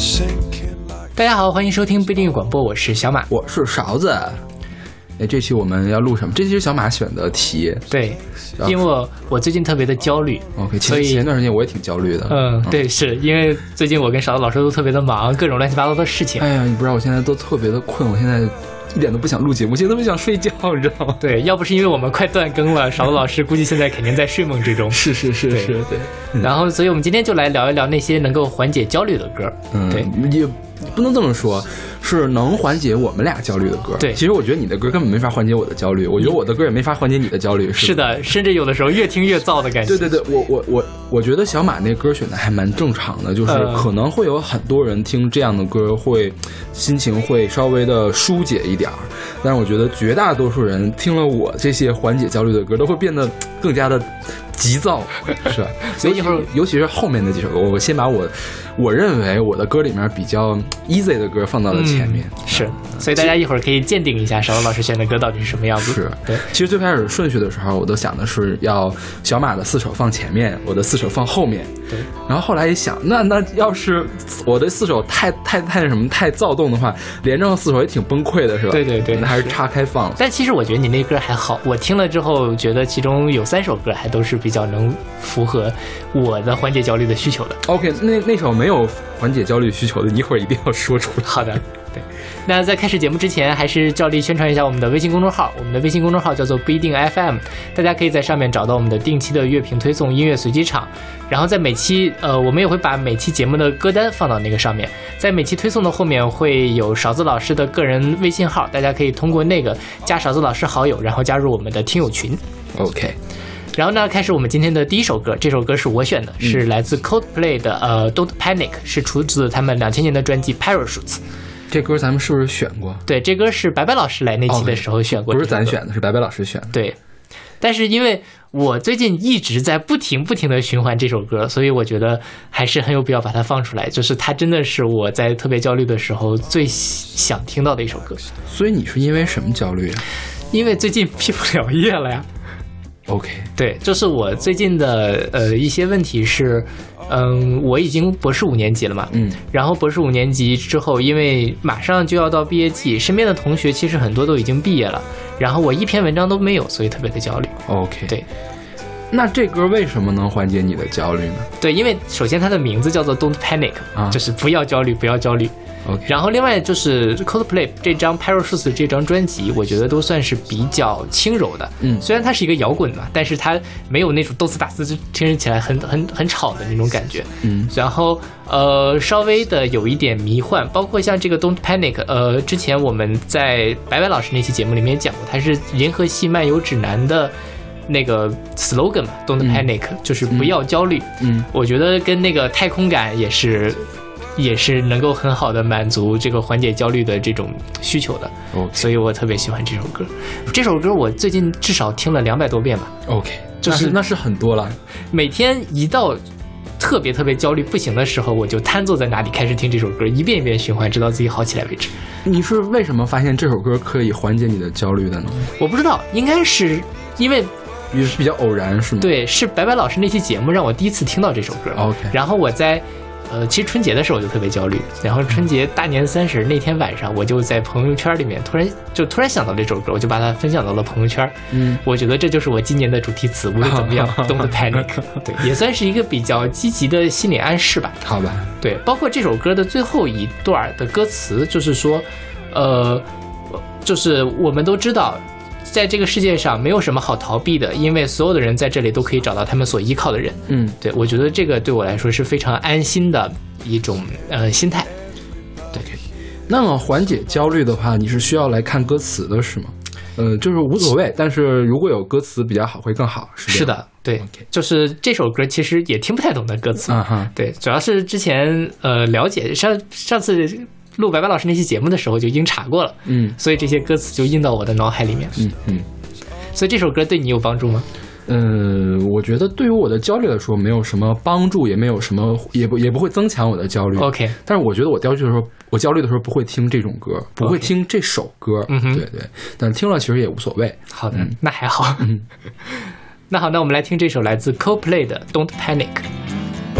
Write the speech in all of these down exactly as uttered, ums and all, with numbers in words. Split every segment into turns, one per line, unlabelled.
大家好，欢迎收听不一定广播，我是小马，
我是勺子。哎，这期我们要录什么？这期是小马选的题。
对，因为我我最近特别的焦虑。
OK， 所以前段时间我也挺焦虑的。
嗯，对，是因为最近我跟勺子老师都特别的忙，各种乱七八糟的事情。
哎呀，你不知道我现在都特别的困，我现在一点都不想录节目，现在特别想睡觉，你知道吗？
对，要不是因为我们快断更了，勺子老师估计现在肯定在睡梦之中。
是是是是，对。
嗯、然后，所以我们今天就来聊一聊那些能够缓解焦虑的歌。
嗯，
对，
也不能这么说，是能缓解我们俩焦虑的歌。
对，
其实我觉得你的歌根本没法缓解我的焦虑，我觉得我的歌也没法缓解你的焦虑。
是, 是的，甚至有的时候越听越燥的感觉。
对对对，我我我我觉得小马那歌选的还蛮正常的，就是可能会有很多人听这样的歌会心情会稍微的疏解一点，但是我觉得绝大多数人听了我这些缓解焦虑的歌都会变得更加的急躁，是吧？所以一会儿，尤其是后面的几首歌，我先把我我认为我的歌里面比较 easy 的歌放到了前面。
嗯、是，所以大家一会儿可以鉴定一下勺子老师选的歌到底是什么样子。
是，
对。
其实最开始顺序的时候，我都想的是要小马的四首放前面，我的四首放后面。
对。
然后后来一想，那那要是我的四首太太太什么太躁动的话，连着四首也挺崩溃的，是吧？
对对对，
那还是岔开放了。
但其实我觉得你那歌还好，我听了之后觉得其中有三首歌还都是比较能符合我的缓解焦虑的需求的。
OK， 那那首没有缓解焦虑需求的，你一会儿一定要说出来。
好的，对。那在开始节目之前，还是照例宣传一下我们的微信公众号。我们的微信公众号叫做不一定 F M， 大家可以在上面找到我们的定期的乐评推送、音乐随机场。然后在每期，呃，我们也会把每期节目的歌单放到那个上面。在每期推送的后面会有勺子老师的个人微信号，大家可以通过那个加勺子老师好友，然后加入我们的听友群。
OK。
然后呢，开始我们今天的第一首歌。这首歌是我选的，是来自 Coldplay 的呃 Don't Panic， 是出自他们两千年的专辑 Parachutes。
这歌咱们是不是选过？
对，这歌是白白老师来那期的时候选过、okay,
不是咱选的，是白白老师选的。
对，但是因为我最近一直在不停不停的循环这首歌，所以我觉得还是很有必要把它放出来。就是它真的是我在特别焦虑的时候最想听到的一首歌。
所以你是因为什么焦虑啊？
因为最近毕不了业了呀。
OK，
对，就是我最近的呃一些问题是，嗯，我已经博士五年级了嘛，
嗯，然
后博士五年级之后，因为马上就要到毕业季，身边的同学其实很多都已经毕业了，然后我一篇文章都没有，所以特别的焦虑。
OK，
对。
那这歌为什么能缓解你的焦虑呢？
对，因为首先它的名字叫做 Don't Panic，、啊、就是不要焦虑，不要焦虑。
Okay.
然后另外就是 Coldplay 这张 Parachutes 这张专辑，我觉得都算是比较轻柔的。
嗯，
虽然它是一个摇滚嘛，但是它没有那种动次打次，听起来很很很吵的那种感觉。
嗯，
然后呃稍微的有一点迷幻，包括像这个 Don't Panic， 呃，之前我们在白白老师那期节目里面讲过，它是银河系漫游指南的那个 slogan 嘛 ，Don't Panic，、嗯、就是不要焦虑。
嗯，
我觉得跟那个太空感也是。也是能够很好的满足这个缓解焦虑的这种需求的。
Okay.
所以我特别喜欢这首歌。这首歌我最近至少听了两百多遍吧。
OK，
就是
那是很多了。
每天一到特别特别焦虑不行的时候，我就瘫坐在那里开始听这首歌，一遍一遍循环，直到自己好起来为止。
你是为什么发现这首歌可以缓解你的焦虑的呢？
我不知道，应该是因为
也是比较偶然，是吗？
对，是白白老师那期节目让我第一次听到这首歌。
OK，
然后我在。呃，其实春节的时候我就特别焦虑，然后春节大年三十那天晚上，我就在朋友圈里面突然就突然想到这首歌，我就把它分享到了朋友圈。
嗯，
我觉得这就是我今年的主题词，无论怎么样，Don't Panic。对，也算是一个比较积极的心理暗示吧。
好吧。
对，包括这首歌的最后一段的歌词，就是说，呃，就是我们都知道。在这个世界上没有什么好逃避的，因为所有的人在这里都可以找到他们所依靠的人。
嗯，
对，我觉得这个对我来说是非常安心的一种呃心态。
对，那么缓解焦虑的话，你是需要来看歌词的是吗？呃，就是无所谓，但是如果有歌词比较好会更好。是,
是的，对，
okay.
就是这首歌其实也听不太懂的歌词。
啊哈，
对，主要是之前呃了解上上次。录白白老师那期节目的时候就已经查过了，
嗯，
所以这些歌词就印到我的脑海里面，
嗯嗯，
所以这首歌对你有帮助吗？
嗯、呃，我觉得对于我的焦虑来说没有什么帮助，也没有什么，也不也不会增强我的焦虑。
OK，
但是我觉得我焦虑的时候，我焦虑的时候不会听这种歌，不会听这首歌，
okay.
对对，但听了其实也无所谓。
好的，嗯、那还好。嗯，那好，那我们来听这首来自 Coldplay 的 Don't Panic。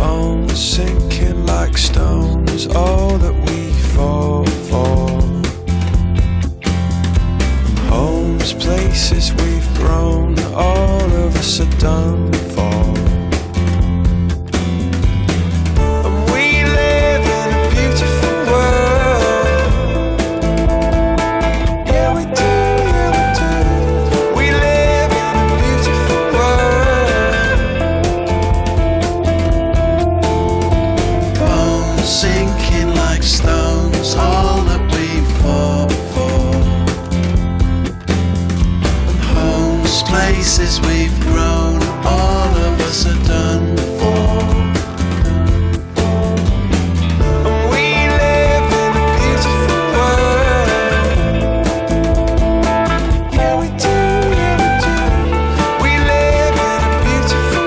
Bones sinking like stones, all that we fall for. Homes, places we've grown, all of us are done for. And we live in a beautiful world. Yeah, we do, yeah, we do. We live in a beautiful world. Bones sinking like stones, all that we fall for. Places we've grown, all of us are done for. And we live in a beautiful world. Yeah, we do, yeah, we do. We live in a beautiful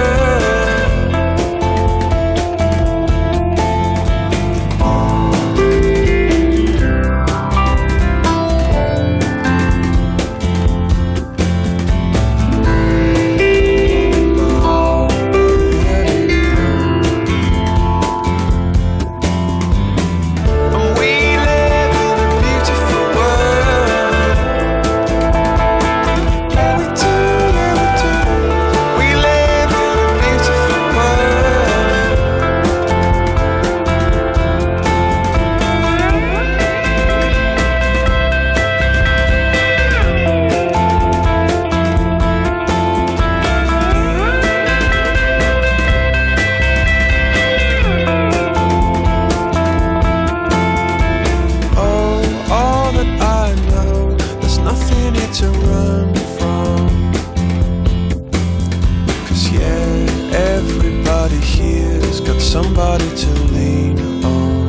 somebody to lean on.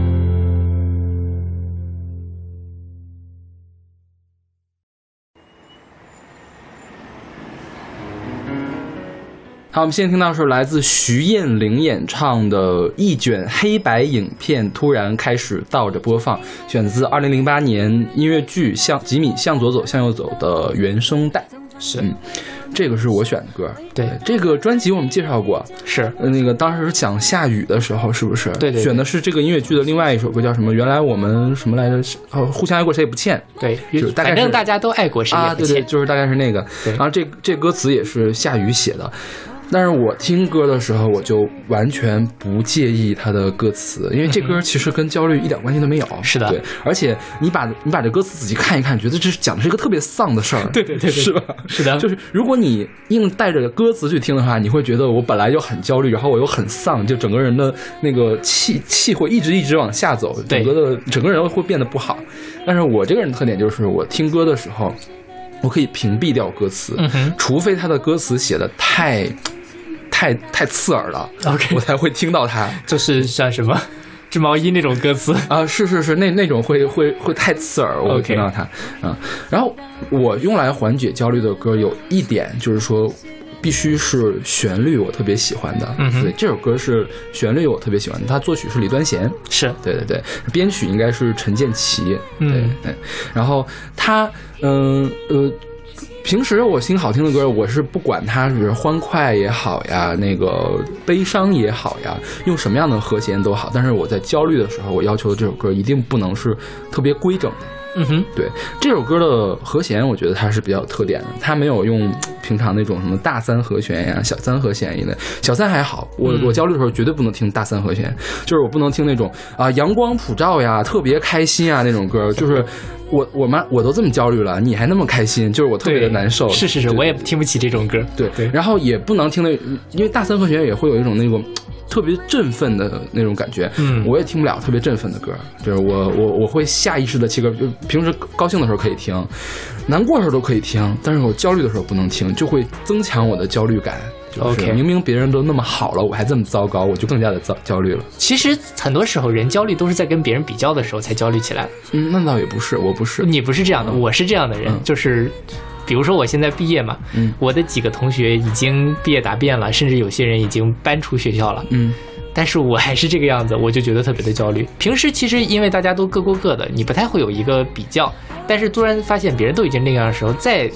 好，我们现在听到是来自徐艳玲演唱的一卷黑白影片突然开始倒着播放，选自二零零八年音乐剧向吉米向左走向右走的原声带。
是，
嗯，这个是我选的歌。
对，
这个专辑我们介绍过，
是、
呃、那个当时讲下雨的时候，是不是？
对 对, 对，
选的是这个音乐剧的另外一首歌，叫什么？原来我们什么来着？呃，互相爱过谁也不欠。
对，
就是大概是
反正大家都爱过谁也不欠。
啊，对对，就是大概是那个。然后这这歌词也是夏雨写的。但是我听歌的时候，我就完全不介意它的歌词，因为这歌其实跟焦虑一点关系都没有。
是的，
对，而且你把你把这歌词仔细看一看，觉得这是讲的是一个特别丧的事儿。
对对对对，
是吧？
是的，
就是如果你硬带着歌词去听的话，你会觉得我本来就很焦虑，然后我又很丧，就整个人的那个气气会一直一直往下走，整个的整个人会变得不好。但是我这个人特点就是，我听歌的时候，我可以屏蔽掉歌词，
嗯、
除非他的歌词写的太。太太刺耳了
，OK，
我才会听到它，
就是像什么织毛衣那种歌词
啊，是是是，那那种会会会太刺耳，我会听到它啊、嗯。然后我用来缓解焦虑的歌有一点就是说，必须是旋律我特别喜欢的，
嗯，
对，这首歌是旋律我特别喜欢的，它作曲是李端贤，
是
对对对，编曲应该是陈建奇，
嗯，
对对，然后他嗯 呃, 呃平时我听好听的歌，我是不管它是欢快也好呀，那个悲伤也好呀，用什么样的和弦都好。但是我在焦虑的时候，我要求的这首歌一定不能是特别规整的。
嗯哼，
对，这首歌的和弦，我觉得它是比较有特点的。它没有用平常那种什么大三和弦呀、小三和弦一类。小三还好，我我焦虑的时候绝对不能听大三和弦，就是我不能听那种啊阳光普照呀、特别开心啊那种歌，就是。我我妈我都这么焦虑了，你还那么开心，就是我特别的难受。
是是是，我也听不起这种歌。
对
对，
然后也不能听那，因为大三和弦也会有一种那种特别振奋的那种感觉。
嗯，
我也听不了特别振奋的歌，就是我我我会下意识的切歌，就平时高兴的时候可以听，难过的时候都可以听，但是我焦虑的时候不能听，就会增强我的焦虑感。就是明明别人都那么好了，我还这么糟糕，我就更加的焦焦虑了。
其实很多时候人焦虑都是在跟别人比较的时候才焦虑起来。
嗯，那倒也不是，我不是。
你不是这样的，
嗯、
我是这样的人，嗯、就是比如说我现在毕业嘛，
嗯，
我的几个同学已经毕业答辩了，甚至有些人已经搬出学校了，
嗯，
但是我还是这个样子，我就觉得特别的焦虑。平时其实因为大家都各过各的，你不太会有一个比较，但是突然发现别人都已经那样的时候，再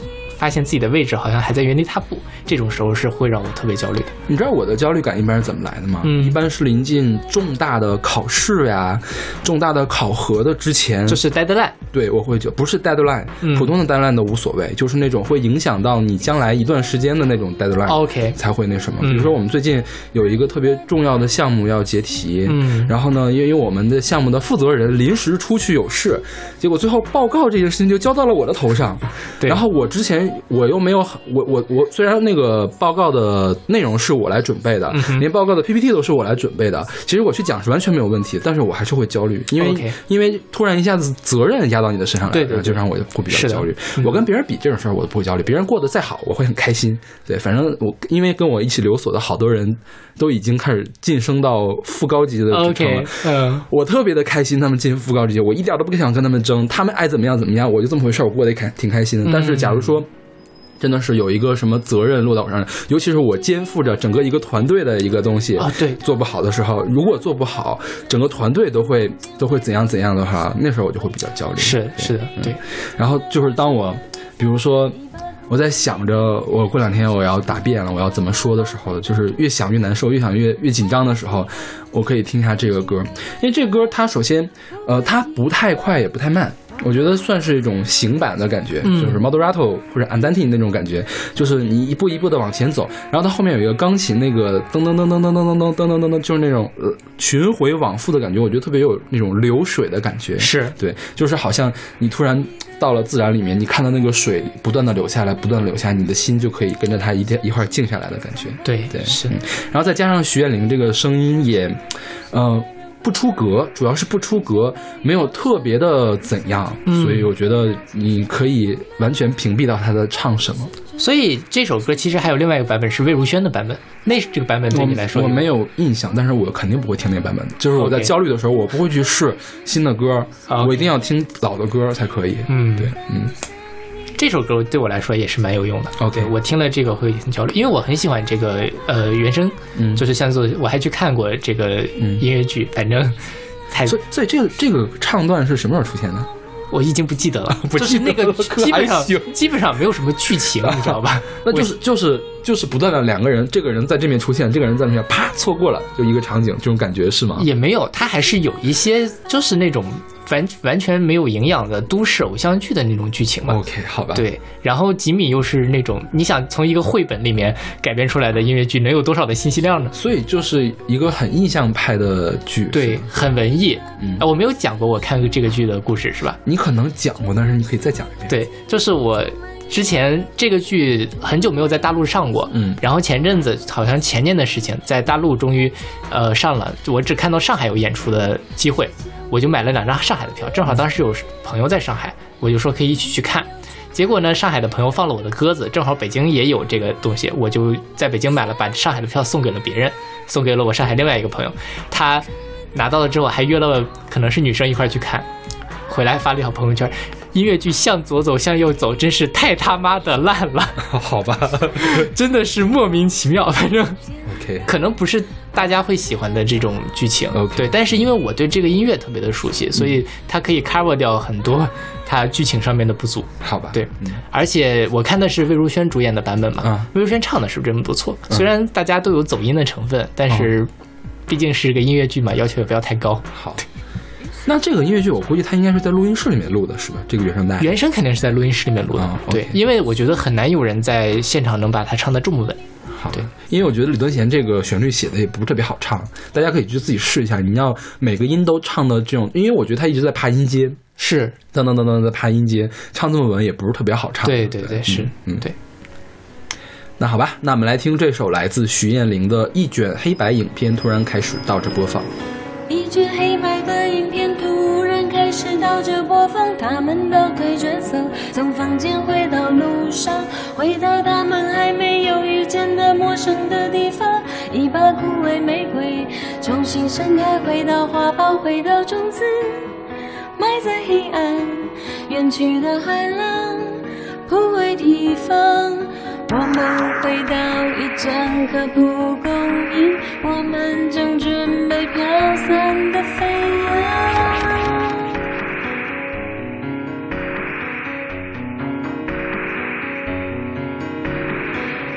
发现自己的位置好像还在原地踏步，这种时候是会让我特别焦虑的。
你知道我的焦虑感一般是怎么来的吗？
嗯
一般是临近重大的考试呀、重大的考核的之前，
就是 deadline。
对，我会就不是 deadline，、
嗯、
普通的 deadline 都无所谓，就是那种会影响到你将来一段时间的那种 deadline，、
哦、OK
才会那什么。
嗯、
比如说我们最近有一个特别重要的项目要结题，
嗯，
然后呢，因为我们的项目的负责人临时出去有事，结果最后报告这件事情就交到了我的头上。
对，
然后我之前我又没有我我我虽然那个报告的内容是我来准备的，
嗯、
连报告的 P P T 都是我来准备的，其实我去讲是完全没有问题，但是我还是会焦虑，因为、
okay.
因为突然一下子责任压到你的身上来，
对对对，
就让我会比较焦虑。
嗯、
我跟别人比这种事儿我都不会焦虑，别人过得再好我会很开心。对，反正我因为跟我一起留所的好多人都已经开始晋升到副高级的职称了，
okay, 嗯，
我特别的开心，他们进副高级，我一点都不想跟他们争，他们爱怎么样怎么样，我就这么回事，我过得开挺开心的。但是假如说真的是有一个什么责任落到我上，尤其是我肩负着整个一个团队的一个东西，
啊，对，
做不好的时候，如果做不好，整个团队都会都会怎样怎样的话，那时候我就会比较焦虑。
是是的，对、嗯。
然后就是当我，比如说我在想着我过两天我要答辩了，我要怎么说的时候，就是越想越难受，越想越越紧张的时候，我可以听一下这个歌，因为这个歌它首先，呃，它不太快也不太慢。我觉得算是一种行版的感觉，
嗯、
就是 moderato 或者 andante 那种感觉，就是你一步一步的往前走，然后它后面有一个钢琴那个噔噔噔噔噔噔噔噔噔噔噔噔，就是那种呃巡回往复的感觉，我觉得特别有那种流水的感觉。
是
对，就是好像你突然到了自然里面，你看到那个水不断的流下来，不断的流下来，你的心就可以跟着它一一块静下来的感觉。
对
对，
是、
嗯。然后再加上徐艳玲这个声音也，嗯、呃。不出格，主要是不出格，没有特别的怎样、嗯、所以我觉得你可以完全屏蔽到他的唱什么。
所以这首歌其实还有另外一个版本是魏如萱的版本，那这个版本对你来说
我，我没有印象，但是我肯定不会听那个版本。就是我在焦虑的时候， okay. 我不会去试新的歌，
okay.
我一定要听老的歌才可以。
嗯，
对，嗯。
这首歌对我来说也是蛮有用的。
OK，
我听了这个会很焦虑，因为我很喜欢这个呃原声，
嗯，
就是像做我还去看过这个音乐剧，嗯、反正才
所以所以这个这个唱段是什么时候出现的？
我已经不记得了，
不记得了，
就是那个基本上基本上没有什么剧情，你知道吧？
那就是就是就是不断的两个人，这个人在这边出现，这个人在那边啪错过了，就一个场景，这种感觉是吗？
也没有，它还是有一些就是那种完完全没有营养的都市偶像剧的那种剧情嘛。
OK， 好吧。
对，然后吉米又是那种你想从一个绘本里面改编出来的音乐剧能有多少的信息量呢？
所以就是一个很印象派的剧，
对，很文艺。
嗯、
啊，我没有讲过我看过这个剧的故事是吧？
你可能讲过，但是你可以再讲一遍。
对，就是我之前这个剧很久没有在大陆上过，
嗯，
然后前阵子好像前年的事情，在大陆终于呃上了，我只看到上海有演出的机会，我就买了两张上海的票，正好当时有朋友在上海，我就说可以一起去看。结果呢，上海的朋友放了我的鸽子，正好北京也有这个东西，我就在北京买了，把上海的票送给了别人，送给了我上海另外一个朋友，他拿到了之后还约了可能是女生一块去看，回来发了一条朋友圈，音乐剧向左走向右走真是太他妈的烂了。
好吧，
真的是莫名其妙，反正
OK
可能不是大家会喜欢的这种剧情。
OK，
对，但是因为我对这个音乐特别的熟悉，所以它可以 cover 掉很多它剧情上面的不足。
好吧，
对、
嗯、
而且我看的是魏如萱主演的版本嘛、
嗯、
魏如萱唱的是真不错、嗯、虽然大家都有走音的成分，但是毕竟是个音乐剧嘛，要求也不要太高。
好，那这个音乐剧我估计它应该是在录音室里面录的是吧？这个原声带
原声肯定是在录音室里面录的、
哦 okay、
对，因为我觉得很难有人在现场能把它唱得这么稳。
好，对，因为我觉得李德贤这个旋律写的也不是特别好唱，大家可以去自己试一下，你要每个音都唱的这种，因为我觉得他一直在爬音阶，
是
噔噔噔噔在爬音阶，唱这么稳也不是特别好唱。
对对对，
对
是，
嗯，
对。
那好吧，那我们来听这首来自徐艳玲的一卷黑白影片突然开始倒着播放。
一卷黑白的影片突然开始倒着播放，他们都对着色，从房间回到路上，回到他们还没有遇见的陌生的地方。一把枯萎玫瑰重新盛开，回到花苞，回到种子，埋在黑暗远去的海浪铺位地方。我们回到一整颗蒲公英，我们正准备飘散的飞扬。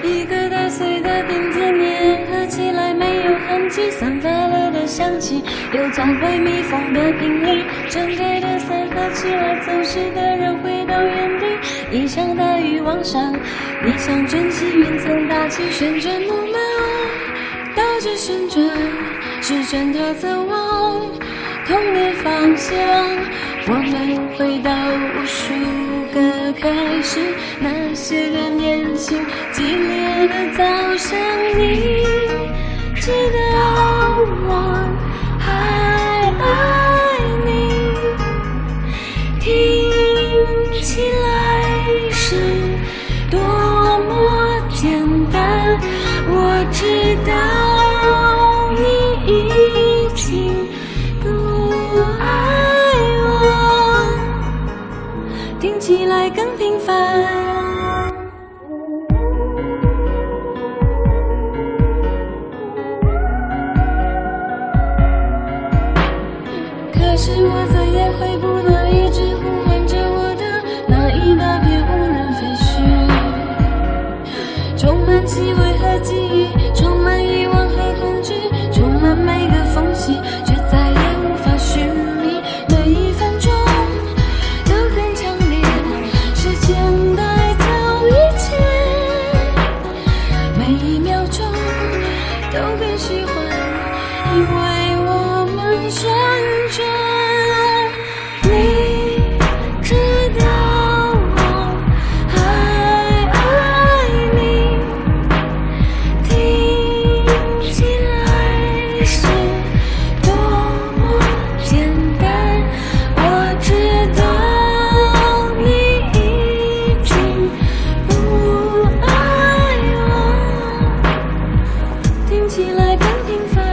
一个打碎的瓶子，粘合起来没有痕迹，散发了的香气，又总会密封的瓶里，整开的塞合起来，走失的人回到原地。一场大雨往上，你想卷起云层，大气旋转木马，倒着旋转，时针它走往同的方向。我们回到无数个开始，那些个年轻激烈的早上，你知道我还爱你，听起来是多么简单，我知道你已经不爱我，听起来更平凡。可是我再也回不到一直呼唤着我的那一大片无人飞絮，充满气味和记忆，充满遗忘和恐惧，充满每个缝隙，却再也无法寻觅。每一分钟都很强烈，时间带走一切，每一秒钟都更虚幻，因为我们旋转。你知道我还爱你，听起来是多么简单，我知道你已经不爱我，听起来更平凡。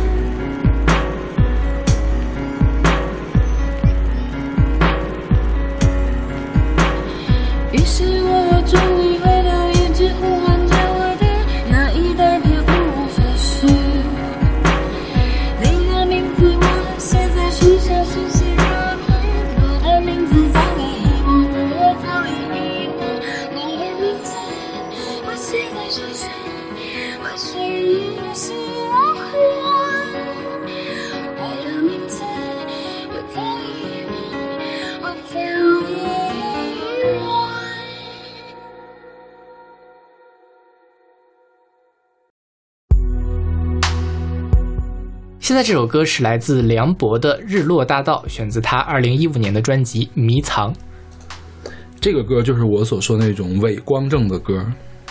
于是我终于回到一直呼唤着我的那一大片无人飞絮，你的名字我写在树下，欣喜若狂，我的名字早已遗忘，我早已遗忘，你的名字我写在树下，我是欣喜若狂，我的名字我早已遗忘，我早已遗忘。
现在这首歌是来自梁博的《日落大道》，选自他二零一五年的专辑《迷藏》。
这个歌就是我所说那种伪光正的歌。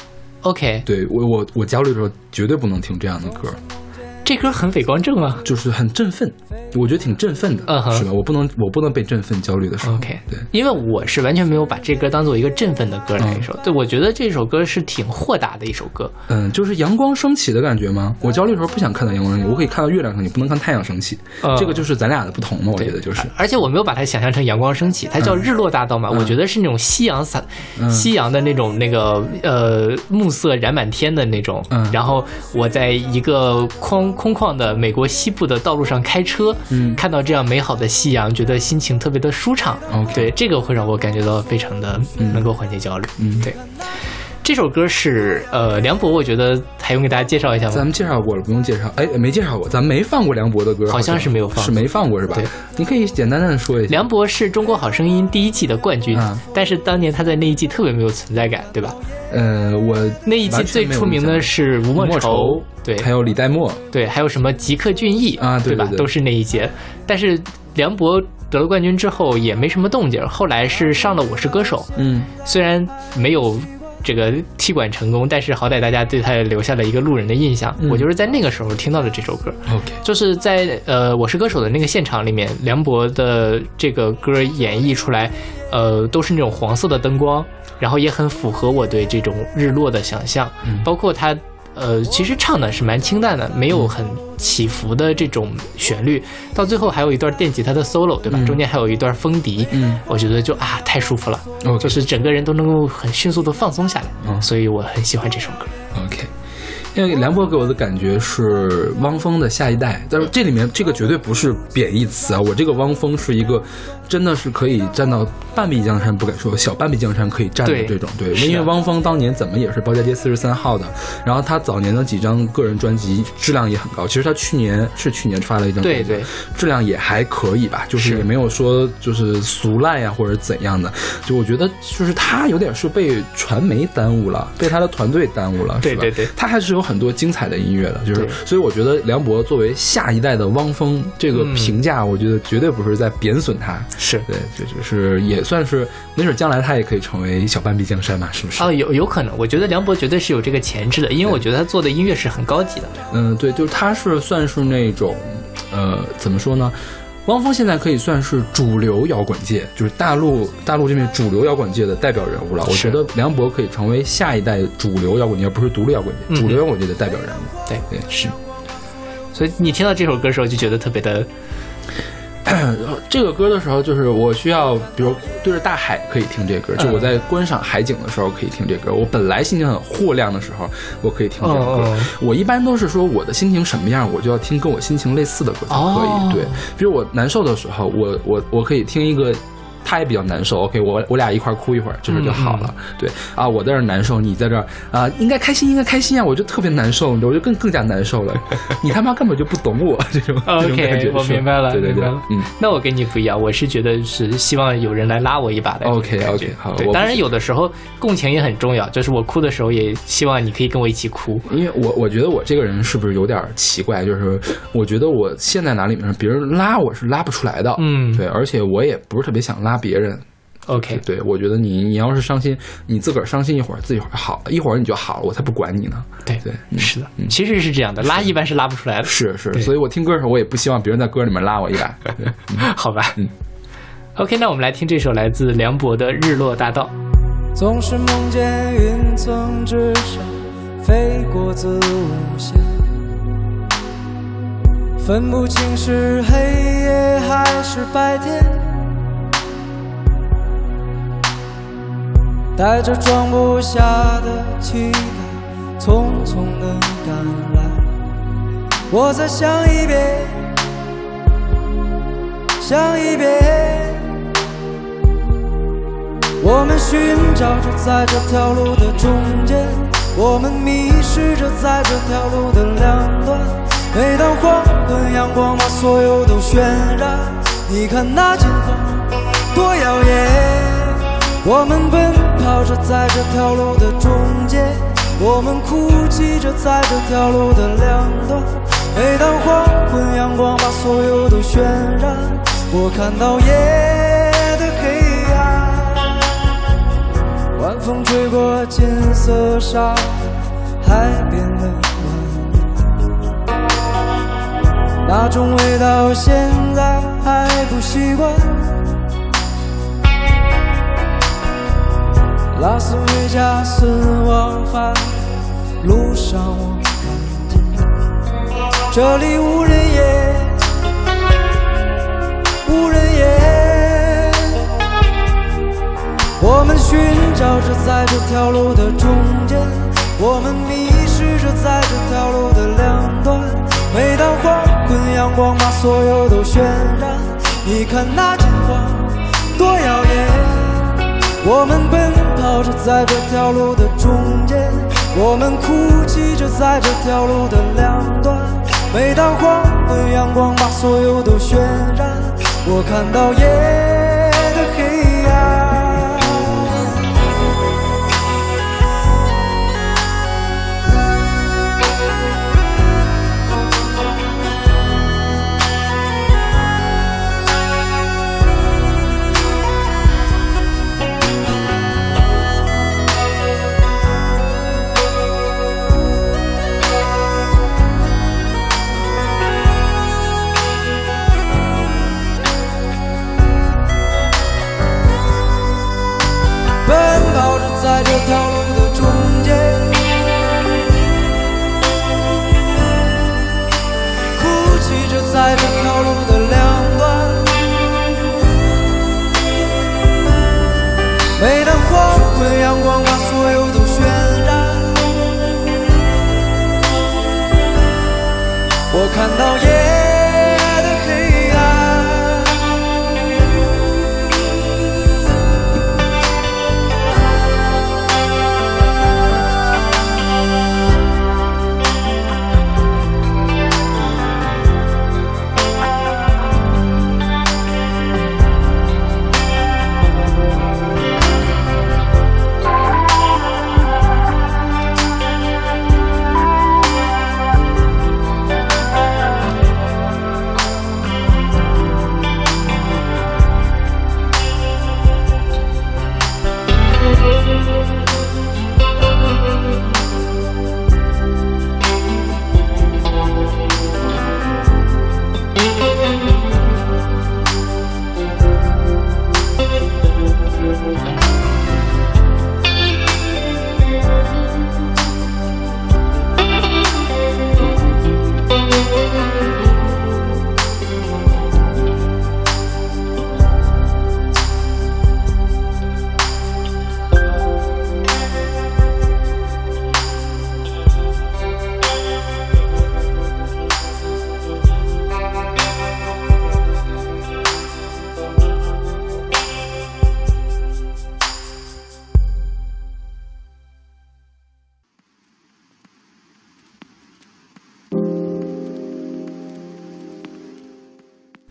OK，
对，我我我焦虑的时候绝对不能听这样的歌。
这歌很伪光正啊，
就是很振奋，我觉得挺振奋的，
嗯哼
是吧？我不能我不能被振奋焦虑的时候。
OK，
对，
因为我是完全没有把这歌当做一个振奋的歌来说，对，我觉得这首歌是挺豁达的一首歌。
嗯，就是阳光升起的感觉吗？我焦虑的时候不想看到阳光升起，我可以看到月亮升起，不能看太阳升起。
嗯
这个就是咱俩的不同嘛，我觉得就是。
而且我没有把它想象成阳光升起，它叫日落大道嘛，
嗯、
我觉得是那种夕阳洒，
嗯、
夕阳的那种那个呃暮色染满天的那种。
嗯。
然后我在一个空空旷的美国西部的道路上开车，
嗯，
看到这样美好的夕阳，觉得心情特别的舒畅。
Okay.
对，这个会让我感觉到非常的能够缓解焦虑。
嗯，
对。这首歌是呃梁博，我觉得还用给大家介绍一下吗？
咱们介绍过了，不用介绍。哎，没介绍过，咱没放过梁博的歌，
好像是没有放，
是没放过是吧？
对，
你可以简单的说一下。
梁博是中国好声音第一季的冠军，
嗯、
但是当年他在那一季特别没有存在感，对吧？
呃，我
那一季最出名的是吴莫愁，对，
还有李代沫，
对，还有什么吉克隽逸
啊，对
吧？
对对
都是那一届。但是梁博得了冠军之后也没什么动静，后来是上了《我是歌手》，
嗯，虽
然没有这个踢馆成功，但是好歹大家对他留下了一个路人的印象。
嗯、
我就是在那个时候听到的这首歌
，OK，
就是在呃《我是歌手》的那个现场里面，梁博的这个歌演绎出来，呃，都是那种黄色的灯光，然后也很符合我对这种日落的想象，
嗯、
包括他。呃，其实唱的是蛮清淡的，没有很起伏的这种旋律，到最后还有一段电吉他的 solo， 对吧？
嗯、
中间还有一段风笛，
嗯，
我觉得就啊太舒服了，
okay.
就是整个人都能够很迅速的放松下来，
嗯、
所以我很喜欢这首歌。
OK。因为梁博给我的感觉是汪峰的下一代，但是这里面这个绝对不是贬义词啊，我这个汪峰是一个真的是可以站到半壁江山不敢说，小半壁江山可以站的这种。对，因为汪峰当年怎么也是包家街四十三号的，然后他早年的几张个人专辑质量也很高。其实他去年是去年发了一张专辑，
对对，
质量也还可以吧，就是也没有说就是俗烂呀或者怎样的。就我觉得就是他有点是被传媒耽误了，被他的团队耽误了，
对对对，
他还是有很多精彩的音乐的，就是所以我觉得梁博作为下一代的汪峰这个评价，嗯、我觉得绝对不是在贬损他，
是
对，这就是也算是没准将来他也可以成为小半壁江山嘛，是不是？
啊，有有可能，我觉得梁博绝对是有这个潜质的，因为我觉得他做的音乐是很高级的。
嗯，对，就是他是算是那种，呃，怎么说呢？汪峰现在可以算是主流摇滚界，就是大陆大陆这边主流摇滚界的代表人物了。我觉得梁博可以成为下一代主流摇滚界，而不是独立摇滚界，嗯、主流摇滚界的代表人物。
对
对是。
所以你听到这首歌的时候，就觉得特别的。
这个歌的时候，就是我需要，比如对着大海可以听这歌，就我在观赏海景的时候可以听这歌。我本来心情很豁亮的时候，我可以听这首歌。哦、我一般都是说我的心情什么样，我就要听跟我心情类似的歌才可以。哦、对，比如我难受的时候，我我我可以听一个。他也比较难受 ，OK， 我我俩一块哭一会儿，这事就好了。嗯、对啊，我在这儿难受，你在这儿啊，应该开心，应该开心啊，我就特别难受，我就更更加难受了。你他妈根本就不懂我这种
，OK，
这种感觉
我明白了，
对对对，
嗯，那我跟你不一样，我是觉得是希望有人来拉我一把的
，OK OK， 好，
对，当然有的时候共情也很重要，就是我哭的时候也希望你可以跟我一起哭，
因为我我觉得我这个人是不是有点奇怪，就是我觉得我陷在哪里面，别人拉我是拉不出来的，嗯，对，而且我也不是特别想拉别人。
OK，
对，我觉得你你要是伤心，你自个儿伤心一会儿，自己会好，一会儿你就好了，我才不管你呢。
对
对，
嗯、是的、嗯，其实是这样的，拉一般是拉不出来的。
是是，所以我听歌的时候，我也不希望别人在歌里面拉我一把。
嗯、好吧，嗯。OK， 那我们来听这首来自梁博的《日落大道》。
总是梦见云层之上飞过子午线，分不清是黑夜还是白天。带着装不下的期待，匆匆地赶来。我再想一遍，想一遍。我们寻找着在这条路的中间，我们迷失着在这条路的两端。每当黄昏阳光把所有都渲染，你看那金黄多耀眼。我们奔跑着在这条路的中间，我们哭泣着在这条路的两端。每当黄昏阳光把所有都渲染，我看到夜的黑暗。晚风吹过金色沙海边的晚，那种味道现在还不习惯。拉斯维加斯往返路上，我看见这里无人烟，无人烟。我们寻找着在这条路的中间，我们迷失着在这条路的两端。每当黄昏阳光把所有都渲染，你看那金黄多耀眼。我们奔跑着在这条路的中间，我们哭泣着在这条路的两端。每当黄昏阳光把所有都渲染，我看到夜的黑暗。在这条路的中间，哭泣着在这条路的两端。每当黄昏阳光把所有都渲染，我看到夜的黑暗。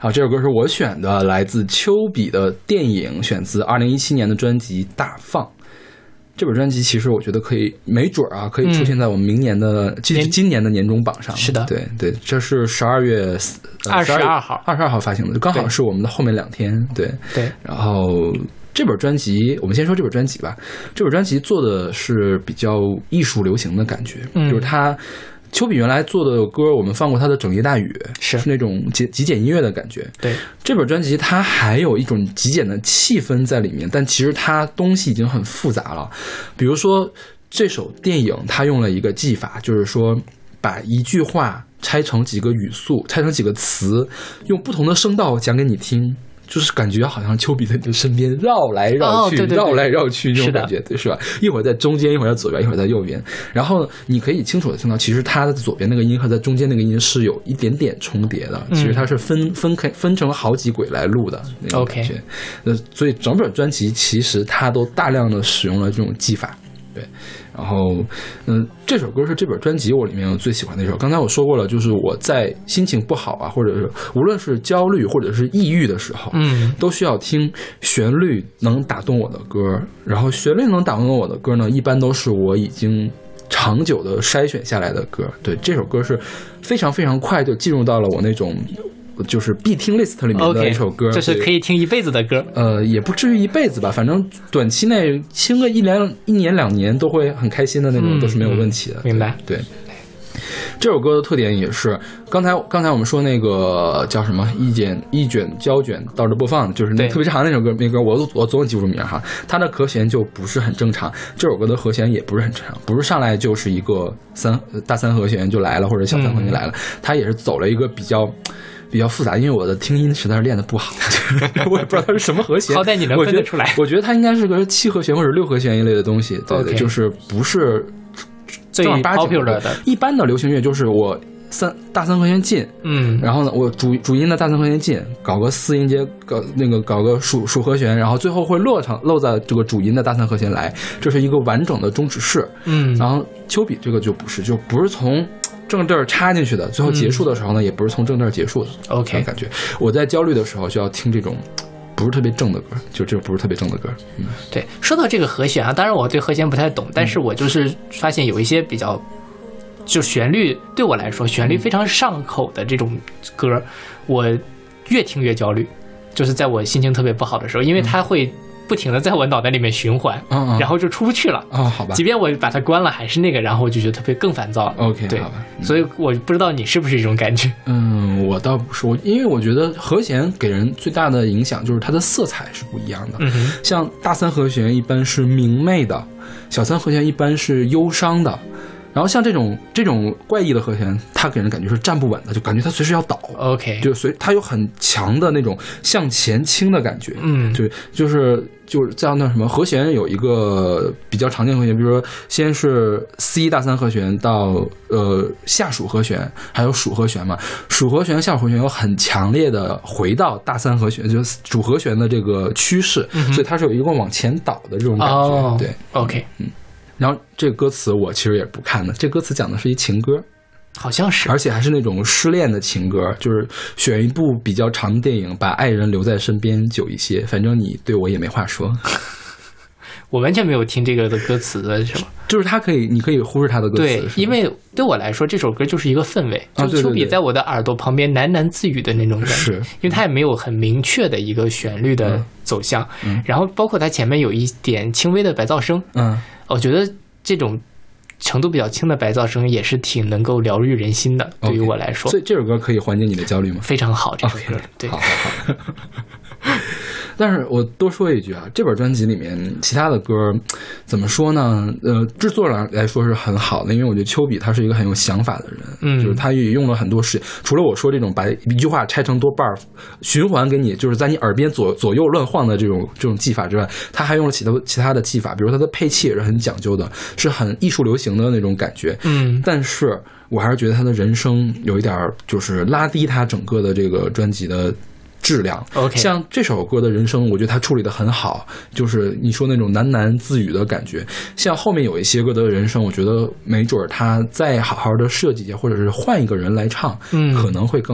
好，这首歌是我选的，来自丘比的电影，选自二零一七年的专辑《大放》。这本专辑其实我觉得可以，没准啊，可以出现在我们明年的，就、嗯、今年的年终榜上。
是的，
对对，这是十二月
二十二号，
二十二号发行的，就刚好是我们的后面两天。对
对，
然后这本专辑，我们先说这本专辑吧。这本专辑做的是比较艺术流行的感觉，嗯、就是它。丘比原来做的歌，我们放过他的《整夜大雨》，
是
是那种极极简音乐的感觉。
对，
这本专辑它还有一种极简的气氛在里面，但其实它东西已经很复杂了。比如说这首电影，它用了一个技法，就是说把一句话拆成几个语速，拆成几个词，用不同的声道讲给你听。就是感觉好像丘比在你的身边绕来绕去、哦、对对对，绕来绕去这种感觉，对，是吧？一会儿在中间，一会儿在左边，一会儿在右边。然后你可以清楚的听到，其实它的左边那个音和在中间那个音是有一点点重叠的。嗯、其实它是分分开分成好几轨来录的那种感觉。那所以整本专辑其实它都大量的使用了这种技法，对。然后，嗯，这首歌是这本专辑我里面我最喜欢的一首。刚才我说过了，就是我在心情不好啊，或者是无论是焦虑或者是抑郁的时候，嗯，都需要听旋律能打动我的歌。然后旋律能打动我的歌呢，一般都是我已经长久的筛选下来的歌。对，这首歌是非常非常快就进入到了我那种。就是必听 list 里面的一首歌，
okay, 这是可以听一辈子的歌。
呃，也不至于一辈子吧，反正短期内听个一年、一年两年都会很开心的那种，嗯、都是没有问题的。
明白？
对。这首歌的特点也是，刚才刚才我们说那个叫什么一卷一卷胶卷倒着播放，就是那特别长那首歌，那歌我我总记不住名哈。它的和弦就不是很正常，这首歌的和弦也不是很正常，不是上来就是一个三大三和弦就来了，或者小三和弦来了，嗯、它也是走了一个比较。比较复杂，因为我的听音实在是练得不好，我也不知道它是什么和弦。
好歹你能分得出来。
我觉得, 我觉得它应该是个七和弦或者六和弦一类的东西，对对， okay. 就是不是
最 popular 的。
一般的流行乐就是我三大三和弦进，嗯，然后呢，我主主音的大三和弦进，搞个四音阶，搞那个搞个属属和弦，然后最后会落上落在这个主音的大三和弦来，这是一个完整的终止式，嗯，然后丘比这个就不是，就不是从。正这儿插进去的，最后结束的时候呢，嗯、也不是从正这儿结束的。
OK，
感觉我在焦虑的时候就要听这种不是特别正的歌，就这不是特别正的歌。嗯，
对。说到这个和弦啊，当然我对和弦不太懂，但是我就是发现有一些比较，就旋律对我来说旋律非常上口的这种歌，我越听越焦虑。就是在我心情特别不好的时候，因为它会。不停的在我脑袋里面循环，嗯嗯然后就出不去了
啊、哦，好吧。
即便我把它关了，还是那个，然后我就觉得特别更烦躁了。
OK，
对，
好吧。
嗯、所以我不知道你是不是这种感觉。
嗯，我倒不是，我因为我觉得和弦给人最大的影响就是它的色彩是不一样的。嗯，像大三和弦一般是明媚的，小三和弦一般是忧伤的。然后像这种这种怪异的和弦，它给人感觉是站不稳的，就感觉它随时要倒。
OK，
就随它有很强的那种向前倾的感觉。嗯，对，就是就是在那什么和弦有一个比较常见的和弦，比如说先是 C 大三和弦到呃下属和弦，还有属和弦嘛。属和弦、下属和弦有很强烈的回到大三和弦，就是主和弦的这个趋势，嗯、所以它是有一个往前倒的这种感觉。
哦、
对
，OK，
嗯。然后这个歌词我其实也不看的，这歌词讲的是一情歌，
好像是，
而且还是那种失恋的情歌，就是选一部比较长的电影，把爱人留在身边久一些，反正你对我也没话说。
我完全没有听这个的歌词的是吗？
就是它可以，你可以忽视它的歌词。
对，因为对我来说，这首歌就是一个氛围，
啊、
就丘比在我的耳朵旁边喃喃自语的那种感觉。
是，
因为它也没有很明确的一个旋律的走向，嗯、然后包括它前面有一点轻微的白噪声，嗯，我觉得这种程度比较轻的白噪声也是挺能够疗愈人心的。Okay, 对于我来说，
所以这首歌可以缓解你的焦虑吗？
非常好，这首歌， okay, 对，
好好好。但是我多说一句啊，这本专辑里面其他的歌怎么说呢？呃，制作上来说是很好的，因为我觉得丘比他是一个很有想法的人，嗯，就是他也用了很多时，除了我说这种把一句话拆成多半循环给你，就是在你耳边左左右乱晃的这种这种技法之外，他还用了其他其他的技法，比如他的配器也是很讲究的，是很艺术流行的那种感觉，嗯，但是我还是觉得他的人声有一点就是拉低他整个的这个专辑的质量。
OK，
像这首歌的人声我觉得他处理得很好，就是你说那种喃喃自语的感觉。像后面有一些歌的人声我觉得没准他再好好的设计一下，或者是换一个人来唱，嗯，可能会更好。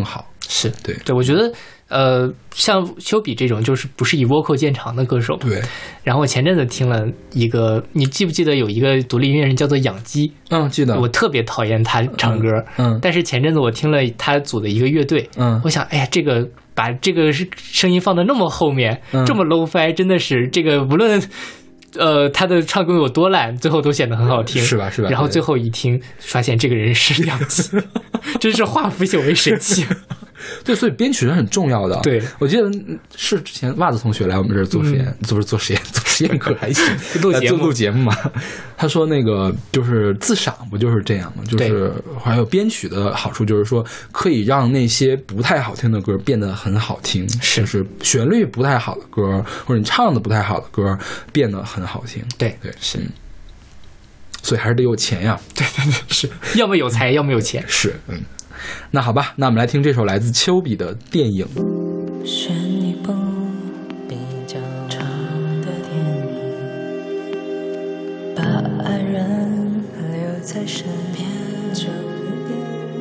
是
对
对，我觉得呃，像修比这种就是不是以 vocal 见长的歌手，
对。
然后我前阵子听了一个，你记不记得有一个独立音乐人叫做养鸡？
嗯，记得。
我特别讨厌他唱歌，
嗯，嗯
但是前阵子我听了他组的一个乐队，
嗯，
我想，哎呀，这个把这个声音放的那么后面，
嗯、
这么 low-fi， 真的是这个无论。呃，他的唱功有多烂，最后都显得很好听，
是吧？是吧？
然后最后一听，发现这个人是养鸡，真是化腐朽为神奇。
对，所以编曲是很重要的。
对，
我记得是之前袜子同学来我们这儿做实验，嗯、做做实验，做实验课还行，
录节目
做录节目嘛。他说那个就是自赏不就是这样吗？就是还有编曲的好处，就是说可以让那些不太好听的歌变得很好听，
是
就是旋律不太好的歌，或者你唱的不太好的歌变得很好听。
对
对是。所以还是得有钱呀。
对对对，是要么有才，要么有钱。
是，嗯。那好吧，那我们来听这首来自丘比的电影。
选一部比较长的电影，把爱人留在身边，就一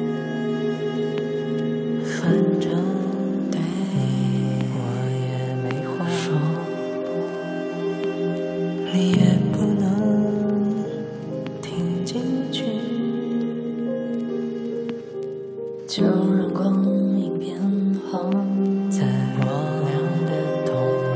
反正对你我也没话说，你也不能听进去，就让光影变红，在我俩的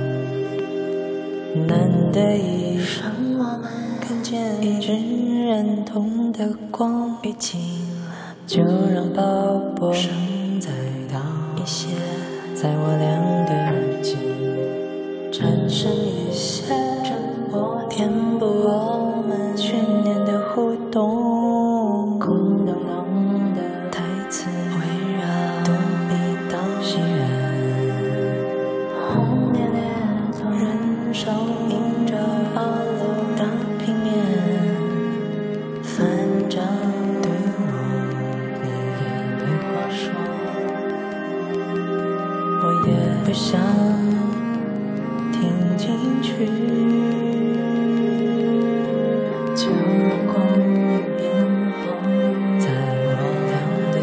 痛。难得一生我们看见一致认同的光与景，就让爆破声再大一些，在我俩的耳际产生一些沉默，填补我们去年的互动。空荡荡的台词围绕躲避到西元，红烈烈的人手映着二楼大平面，反正对我你也没话说，我也不想听进去，就让光影变红，在我俩的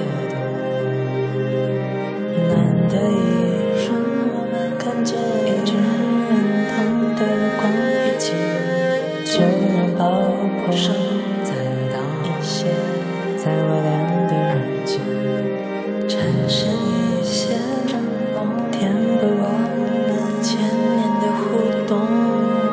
痛。难得一瞬我们看见一致认同的光与景，就让爆破声再大一些，在我俩的耳际产生一些沉默，填补我们千年的互动。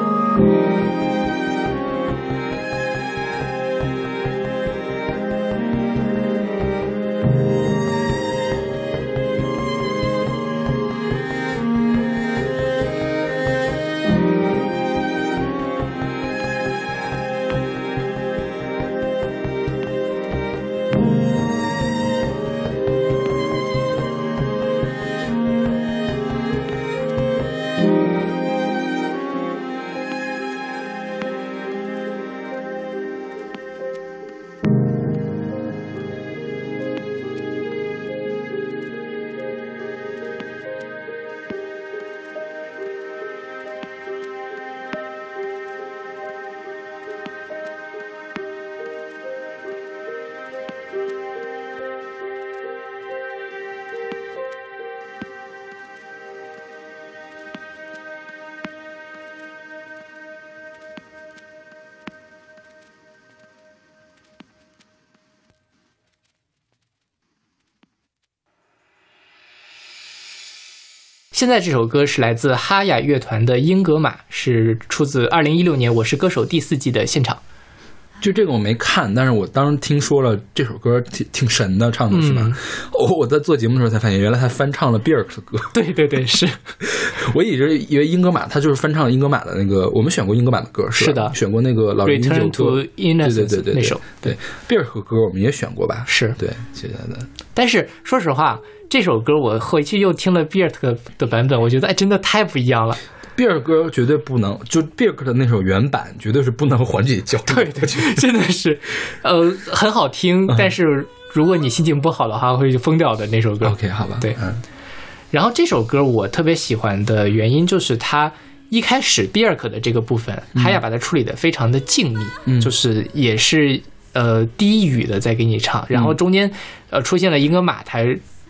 现在这首歌是来自哈雅乐团的《英格玛》，是出自二零一六年《我是歌手》第四季的现场。
就这个我没看，但是我当时听说了这首歌挺挺神的，唱的是吧？嗯、哦，我在做节目的时候才发现，原来他翻唱了比尔克的歌。
对对对，是。
我一直以为英格玛他就是翻唱了英格玛的那个，我们选过英格玛的歌，是吧？
是的，
选过那个老人饮酒歌，
Return to Innocence
对对对对
那首。
对，比尔克歌我们也选过吧？
是，
对，记得的。
但是说实话，这首歌我回去又听了比尔克的版本，我觉得哎，真的太不一样了。
比尔歌绝对不能，就比尔克的那首原版绝对是不能缓解焦虑。
对对，真的是，呃，很好听，但是如果你心情不好的话，会疯掉的那首歌。
OK， 好吧，
对，
嗯。
然后这首歌我特别喜欢的原因就是它一开始比尔克的这个部分，哈雅把它处理的非常的静谧，嗯，就是也是呃低语的在给你唱，然后中间呃出现了英格玛台。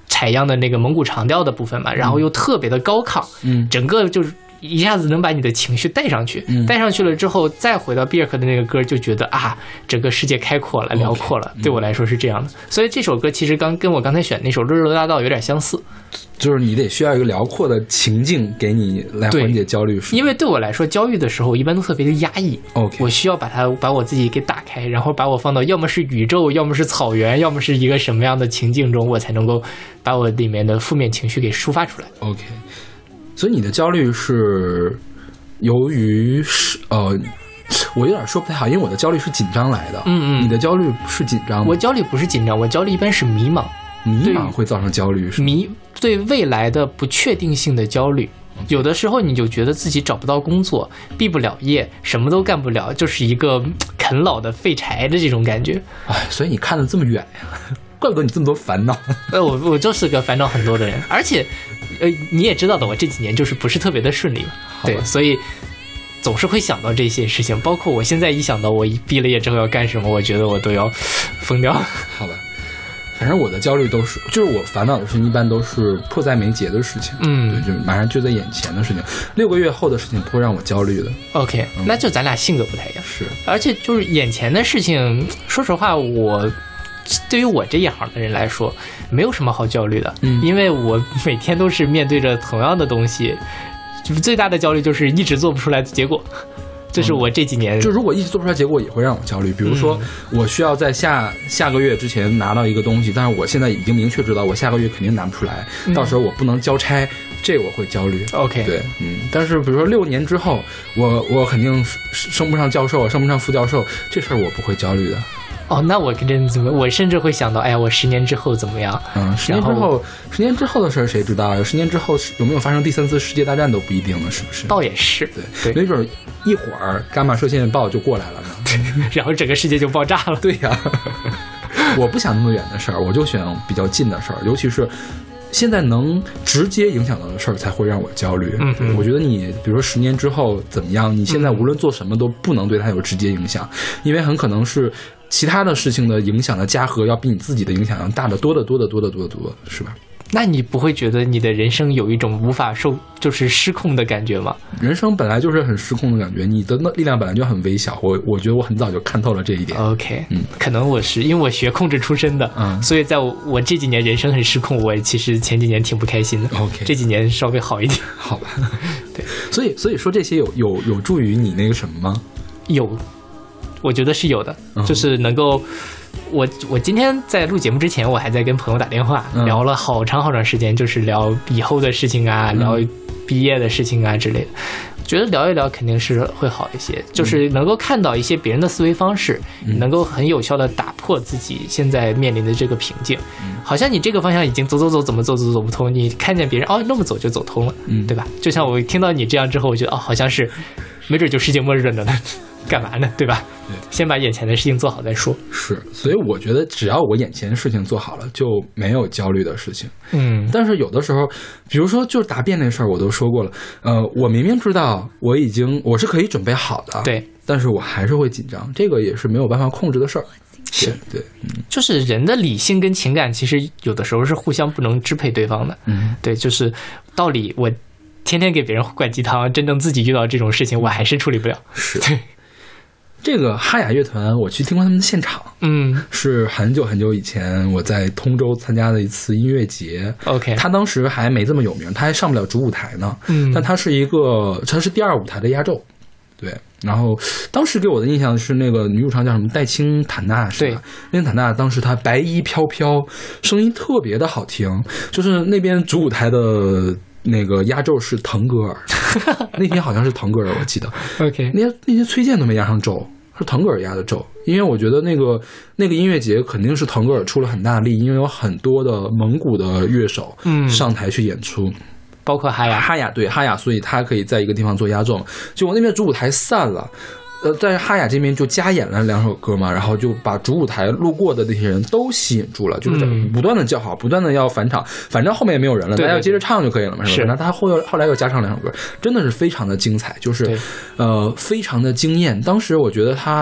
采样的那个蒙古长调的部分嘛，然后又特别的高亢，
嗯，
整个就是一下子能把你的情绪带上去，
嗯
带上去了之后，再回到比尔克的那个歌，就觉得啊，整个世界开阔了，辽阔了。
Okay,
对我来说是这样的，所以这首歌其实刚跟我刚才选那首《热热大道》有点相似，
就是你得需要一个辽阔的情境给你来缓解焦虑，
因为对我来说，焦虑的时候我一般都特别的压抑。
OK，
我需要把它把我自己给打开，然后把我放到要么是宇宙，要么是草原，要么是一个什么样的情境中，我才能够把我里面的负面情绪给抒发出来。
OK， 所以你的焦虑是由于是呃我有点说不太好，因为我的焦虑是紧张来的。
嗯嗯，
你的焦虑是紧张吗？
我焦虑不是紧张，我焦虑一般是迷茫。
迷茫会造成焦虑是吗？
迷对未来的不确定性的焦虑，有的时候你就觉得自己找不到工作，毕不了业，什么都干不了，就是一个啃老的废柴的这种感觉。
哎，所以你看得这么远呀，怪不得你这么多烦恼。
呃，我我就是个烦恼很多的人，而且，呃，你也知道的，我这几年就是不是特别的顺利嘛，对，所以总是会想到这些事情，包括我现在一想到我一毕了业之后要干什么，我觉得我都要疯掉。
好吧。反正我的焦虑都是，就是我烦恼的事情一般都是迫在眉睫的事情，
嗯，
对，就马上就在眼前的事情，六个月后的事情不会让我焦虑的。
OK，
嗯，
那就咱俩性格不太一样，
是，
而且就是眼前的事情，说实话，我对于我这一行的人来说，没有什么好焦虑的，
嗯，
因为我每天都是面对着同样的东西，就是最大的焦虑就是一直做不出来的结果。这是我这几年、
嗯、就如果一直做不出来结果也会让我焦虑，比如说我需要在下下个月之前拿到一个东西，但是我现在已经明确知道我下个月肯定拿不出来，
嗯、
到时候我不能交差，这我会焦虑。
OK，
对，嗯，但是比如说六年之后我我肯定升不上教授，升不上副教授，这事儿我不会焦虑的。
哦，那我跟真怎么，我甚至会想到，哎呀，我十年之后怎么样？
嗯，十年之后，十年之后的事儿谁知道呀？十年之后有没有发生第三次世界大战都不一定了，是不是？
倒也是，
对，对，没准一会儿伽马射线暴就过来了呢，
然后整个世界就爆炸了。
对呀、啊，我不想那么远的事儿，我就选比较近的事儿，尤其是现在能直接影响到的事儿才会让我焦虑。
嗯嗯，
我觉得你比如说十年之后怎么样，你现在无论做什么都不能对它有直接影响，因为很可能是其他的事情的影响的加和要比你自己的影响要大得多得多得多得多得多，是吧？
那你不会觉得你的人生有一种无法受就是失控的感觉吗？
人生本来就是很失控的感觉，你的力量本来就很微小，我我觉得我很早就看透了这一点。
OK，
嗯，
可能我是因为我学控制出身的，
嗯，
所以在我我这几年人生很失控，我其实前几年挺不开心的。
OK，
这几年稍微好一点。
好吧。对，所以所以说这些有有有助于你那个什么吗？
有，我觉得是有的，
嗯、
就是能够我我今天在录节目之前，我还在跟朋友打电话、嗯、聊了好长好长时间，就是聊以后的事情啊、嗯、聊毕业的事情啊之类的，觉得聊一聊肯定是会好一些，就是能够看到一些别人的思维方式、嗯、能够很有效的打破自己现在面临的这个瓶颈、嗯、好像你这个方向已经走走走怎么走走走不通，你看见别人哦那么走就走通了，嗯，对吧？就像我听到你这样之后，我觉得哦好像是没准就世界末日了呢，干嘛呢，对吧？对，先把眼前的事情做好再说。
是，所以我觉得只要我眼前的事情做好了，就没有焦虑的事情。
嗯，
但是有的时候，比如说就是答辩那事儿，我都说过了。呃，我明明知道我已经我是可以准备好的，
对，
但是我还是会紧张，这个也是没有办法控制的事儿。
是，
对，嗯，
就是人的理性跟情感其实有的时候是互相不能支配对方的。
嗯，
对，就是道理我天天给别人灌鸡汤，真正自己遇到这种事情，我还是处理不了。
是，
对。
这个哈雅乐团，我去听过他们的现场，
嗯，
是很久很久以前我在通州参加的一次音乐节。
OK，
他当时还没这么有名，他还上不了主舞台呢。
嗯，
但他是一个，他是第二舞台的压轴。对，然后当时给我的印象是那个女主唱叫什么戴青坦纳，是吧？戴青坦纳当时她白衣飘飘，声音特别的好听，就是那边主舞台的那个压轴是腾格尔，那天好像是腾格尔，我记得。
OK，
那些那些崔健都没压上轴，是腾格尔压的轴，因为我觉得那个那个音乐节肯定是腾格尔出了很大力，因为有很多的蒙古的乐手上台去演出。嗯，
包括哈雅，
哈雅对哈雅，所以他可以在一个地方做压轴。就我那边主舞台散了，呃，在哈雅这边就加演了两首歌嘛，然后就把主舞台路过的那些人都吸引住了，就是不断的叫好，不断的要返场，反正后面也没有人了，大家要接着唱就可以了嘛，是吧？然后他后后来又加唱两首歌，真的是非常的精彩，就是呃非常的惊艳。当时我觉得他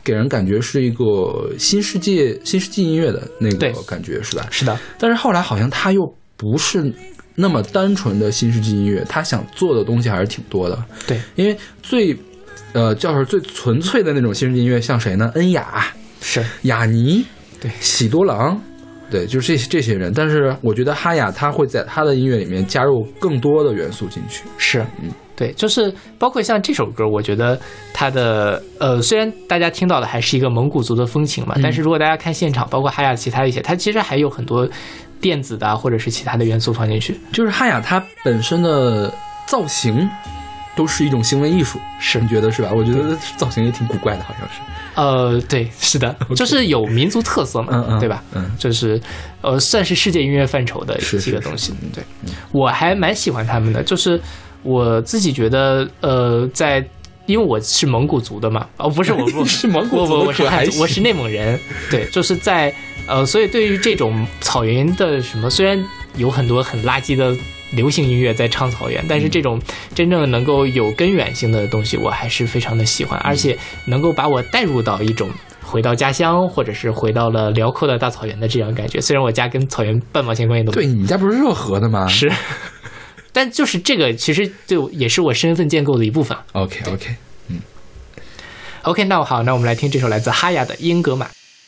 给人感觉是一个新世界、新世纪音乐的那
对
个感觉，是吧？
是的，
但是后来好像他又不是那么单纯的新世纪音乐，他想做的东西还是挺多的。
对，
因为最呃，就是最纯粹的那种新世纪音乐，像谁呢？恩雅、
是
雅尼、
对
喜多郎。对，就是这这些人，但是我觉得哈雅他会在他的音乐里面加入更多的元素进去。
是，嗯，对，就是包括像这首歌，我觉得它的呃，虽然大家听到的还是一个蒙古族的风情嘛，嗯、但是如果大家看现场，包括哈雅其他一些，它其实还有很多电子的或者是其他的元素放进去。
就是哈雅它本身的造型都是一种行为艺术，
是
你觉得是吧？我觉得造型也挺古怪的，好像是。
呃，对，是的， okay. 就是有民族特色嘛，
嗯嗯
对吧？
嗯，
就是呃，算是世界音乐范畴的几个东西。对，我还蛮喜欢他们的，就是我自己觉得，呃，在因为我是蒙古族的嘛，哦，不是我不
是蒙古族，
我我是汉族，我是内蒙人。对，就是在呃，所以对于这种草原的什么，虽然有很多很垃圾的流行音乐在唱草原，但是这种真正能够有根源性的东西我还是非常的喜欢，而且能够把我带入到一种回到家乡或者是回到了辽阔的大草原的这样感觉。虽然我家跟草原半毛钱关系都没有。
对，你家不是热河的吗？
是，但就是这个其实就也是我身份建构的一部分。
OK OK 嗯
OK 那好，那我们来听这首来自哈雅的英格玛。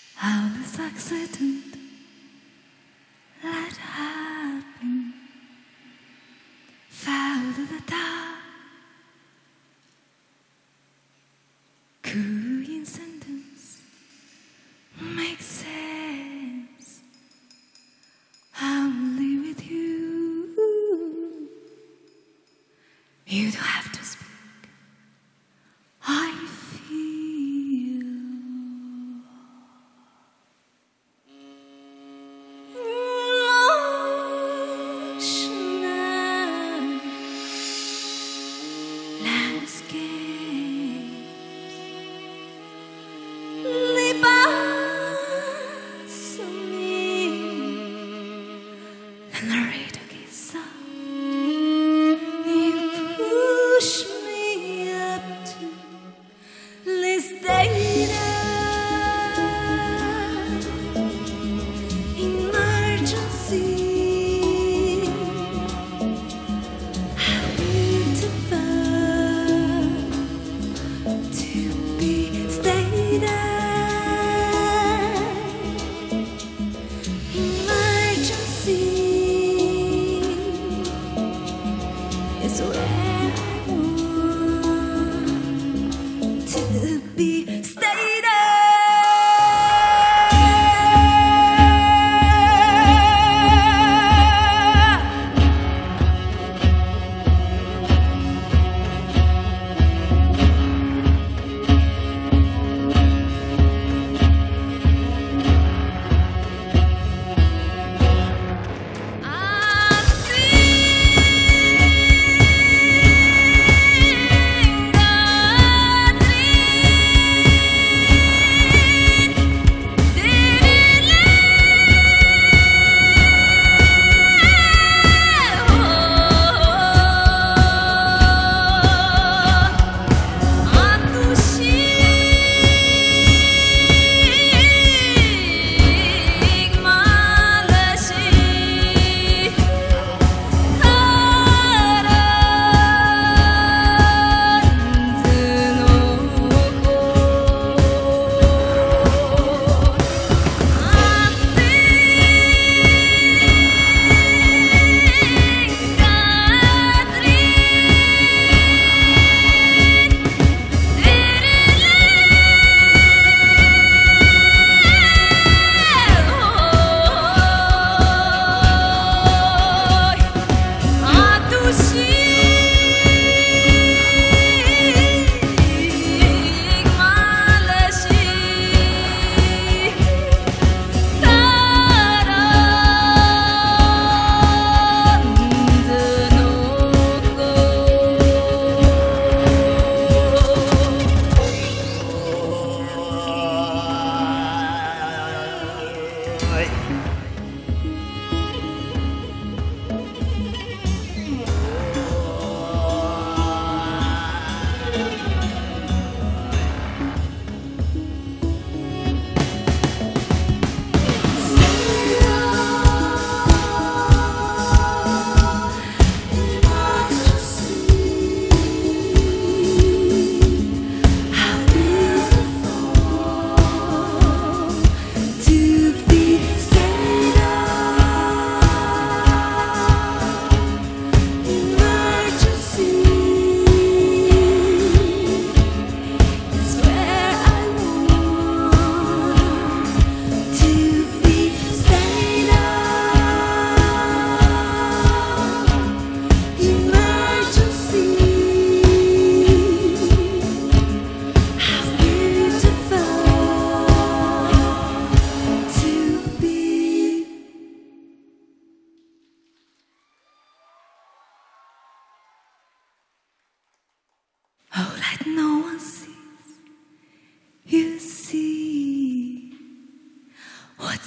You don't have to speak. I feel.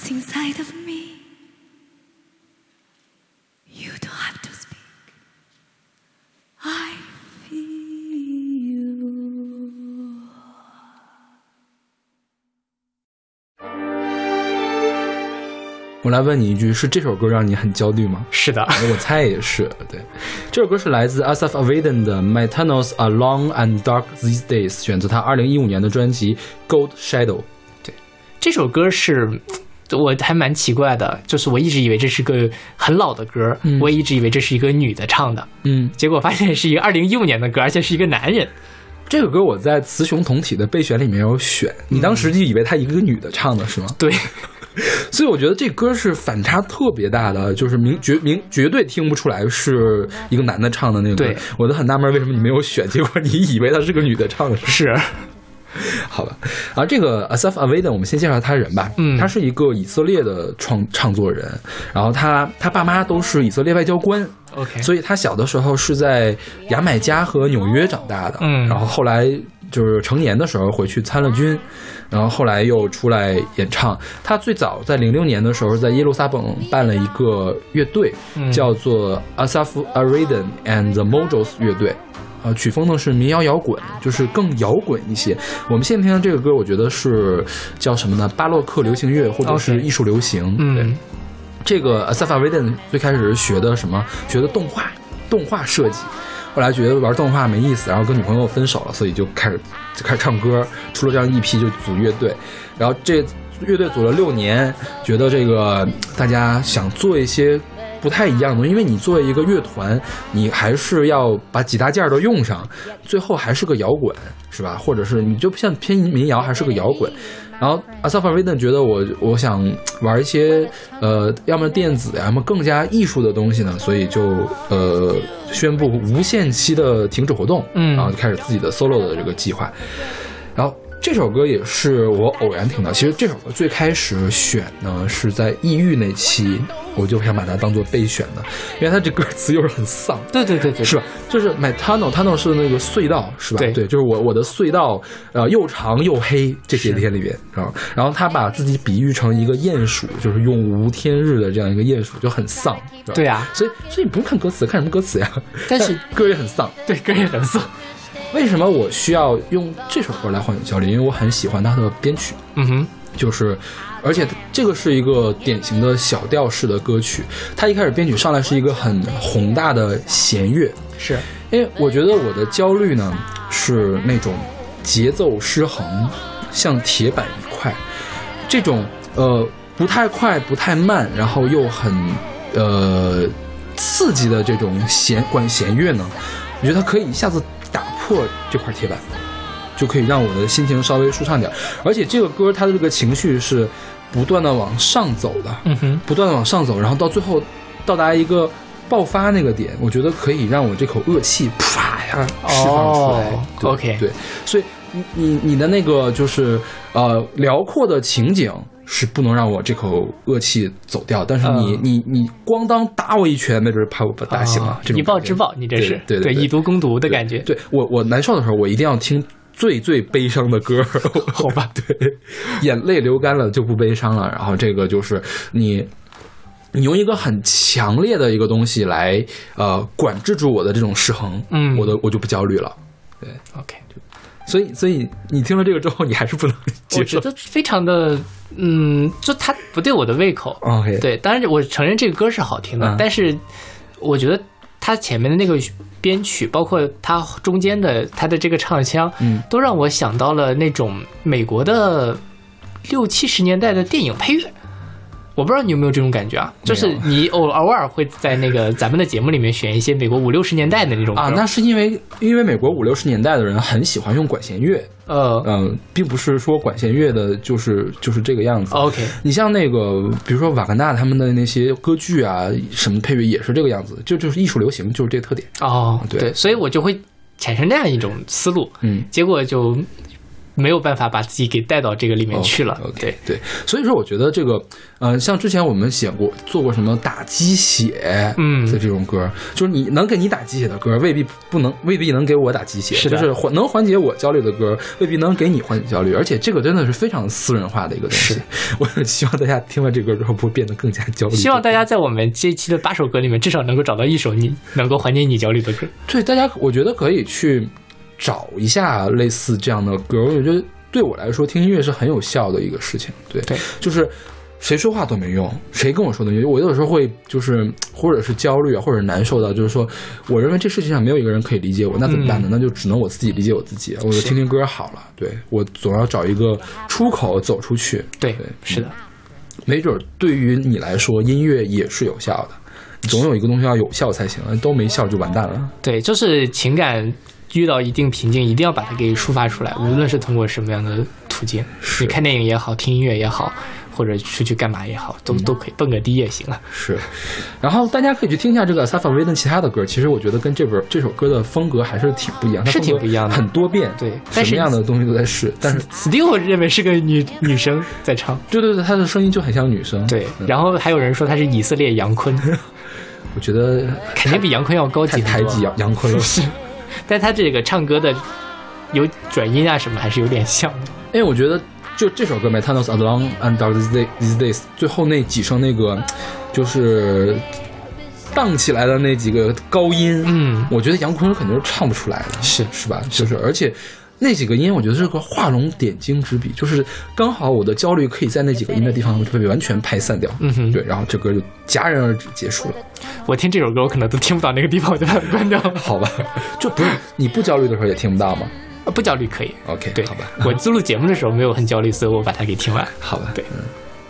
What's inside of me? You don't have to speak. I feel.
我来问你一句，是这首歌让你很焦虑吗？
是的，
我猜也是。对，这首歌是来自 Asaf Avidan 的 My Tunnels Are Long and Dark These Days， 选择他二零一五年的专辑 Gold Shadow。
对，这首歌是我还蛮奇怪的，就是我一直以为这是个很老的歌，嗯、我也一直以为这是一个女的唱的，嗯，结果发现是一个二零一五年的歌，而且是一个男人。
这个歌我在雌雄同体的备选里面有选，你当时就以为她一个女的唱的是吗？
对。
所以我觉得这歌是反差特别大的，就是明绝明绝对听不出来是一个男的唱的那个歌。
对，
我都很纳闷为什么你没有选，结果你以为他是个女的唱的。
是，
好吧。而这个 Asaf Avidan， 我们先介绍他人吧。嗯，他是一个以色列的创唱作人，然后他他爸妈都是以色列外交官。
OK，
所以他小的时候是在牙买加和纽约长大的。嗯，然后后来就是成年的时候回去参了军，然后后来又出来演唱。他最早在零六年的时候在耶路撒冷办了一个乐队，嗯、叫做 Asaf Avidan and the Mojols 乐队。呃，曲风呢是民谣摇滚，就是更摇滚一些。我们现在听的这个歌，我觉得是叫什么呢？巴洛克流行乐或者是艺术流行。
Okay.
对。嗯，这个 Asaf Avidan 最开始学的什么？学的动画，动画设计。后来觉得玩动画没意思，然后跟女朋友分手了，所以就开始就开始唱歌，出了这样一批就组乐队。然后这乐队组了六年，觉得这个大家想做一些不太一样的东西，因为你作为一个乐团，你还是要把几大件都用上，最后还是个摇滚，是吧？或者是你就像偏民谣，还是个摇滚。然后 Asaf Avidan 觉得我我想玩一些呃，要么电子呀，要么更加艺术的东西呢，所以就呃宣布无限期的停止活动，嗯，然后就开始自己的 solo 的这个计划。然后这首歌也是我偶然听到，其实这首歌最开始选呢是在抑郁那期，我就想把它当做备选的，因为它这歌词又是很丧，
对对对对，
是吧？就是 My Tunnel Tunnel 是那个隧道，是吧？
对
对，就是我我的隧道，呃，又长又黑，这些天里边，然后然后他把自己比喻成一个鼹鼠，就是永无天日的这样一个鼹鼠，就很丧，是吧？
对啊，
所以所以你不用看歌词，看什么歌词呀？
但是
歌也很丧，
对，歌也很丧。
为什么我需要用这首歌来缓解焦虑？因为我很喜欢它的编曲，
嗯哼，
就是，而且这个是一个典型的小调式的歌曲。它一开始编曲上来是一个很宏大的弦乐，
是
因为我觉得我的焦虑呢是那种节奏失衡，像铁板一块，这种呃不太快不太慢，然后又很呃刺激的这种弦管弦乐呢。我觉得它可以一下子打破这块铁板，就可以让我的心情稍微舒畅点。而且这个歌它的这个情绪是不断的往上走的，
嗯哼，
不断的往上走，然后到最后到达一个爆发那个点，我觉得可以让我这口恶气啪呀释放出来。
哦、
对
OK，
对，所以你你你的那个就是呃辽阔的情景。是不能让我这口恶气走掉，但是你、嗯、你你咣当打我一拳，没准把我打醒了。
以暴制暴，你这是
对 对, 对, 对
以毒攻毒的感觉。
对, 对我我难受的时候，我一定要听最最悲伤的歌，
好吧？
对，眼泪流干了就不悲伤了。然后这个就是你。你用一个很强烈的一个东西来呃管制住我的这种失衡，嗯，我的我就不焦虑了。对
，OK。
所以，所以你听了这个之后，你还是不能接受。
我觉得非常的，嗯，就它不对我的胃口。
OK，
对，当然我承认这个歌是好听的，嗯、但是我觉得它前面的那个编曲，包括它中间的它的这个唱腔，嗯，都让我想到了那种美国的六七十年代的电影配乐。我不知道你有没有这种感觉啊？就是你偶偶尔会在那个咱们的节目里面选一些美国五六十年代的那种歌
啊，那是因为因为美国五六十年代的人很喜欢用管弦乐，呃嗯、呃，并不是说管弦乐的就是就是这个样子。
OK，
你像那个比如说瓦格纳他们的那些歌剧啊，什么配乐也是这个样子，就就是艺术流行就是这个特点。
哦，对，对，所以我就会产生这样一种思路，嗯，结果就。 没有办法把自己给带到这个里面去了。
哦、okay,
对
对，所以说我觉得这个，呃，像之前我们写过做过什么打鸡血，嗯，的这种歌，就是你能给你打鸡血的歌，未必不能，未必能给我打鸡血，
是
就是能缓解我焦虑的歌，未必能给你缓解焦虑，而且这个真的是非常私人化的一个东西。我希望大家听了这歌之后不会变得更加焦虑。
希望大家在我们这一期的八首歌里面，至少能够找到一首你能够缓解你焦虑的歌。
对，大家我觉得可以去找一下类似这样的歌，我觉得对我来说听音乐是很有效的一个事情。对，
对，
就是谁说话都没用，谁跟我说的没用。我有的时候会就是或者是焦虑啊，或者难受到，就是说我认为这世界上没有一个人可以理解我，那怎么办呢？嗯、那就只能我自己理解我自己，我就听听歌好了。对，我总要找一个出口走出去。
对，
对，
是的。
没准对于你来说，音乐也是有效的。总有一个东西要有效才行，都没效就完蛋了。
对，就是情感遇到一定瓶颈，一定要把它给抒发出来，无论是通过什么样的途径，你看电影也好，听音乐也好，或者出去干嘛也好，都、嗯、都可以，蹦个迪也行啊。
是，然后大家可以去听一下这个 Asafa Weden 其他的歌，其实我觉得跟这本这首歌的风格还是挺不一样，
是挺不一样的，
很多变，
对，
什么样的东西都在试。但是
Still 认为是个女女生在唱，
对对对，她的声音就很像女生。
对，嗯、然后还有人说她是以色列杨坤，
我觉得
肯定比杨坤要高级很多，
太抬举杨坤了。
是，但他这个唱歌的有转音啊什么，还是有点像的。
因为我觉得就这首歌《Methanos Along and Dark These Days》最后那几声那个就是荡起来的那几个高音，嗯，我觉得杨坤肯定是唱不出来的，
是
是吧？就是而且。那几个音，我觉得是个画龙点睛之笔，就是刚好我的焦虑可以在那几个音的地方被完全拍散掉。嗯哼，对，然后这歌就戛然而止结束了。
我听这首歌，我可能都听不到那个地方，我就把它关掉了。
好吧，就不是你不焦虑的时候也听不到吗？
啊，不焦虑可以。
OK，
对，
好吧。
我记录节目的时候没有很焦虑，所以我把它给听完。
好吧，
对。
嗯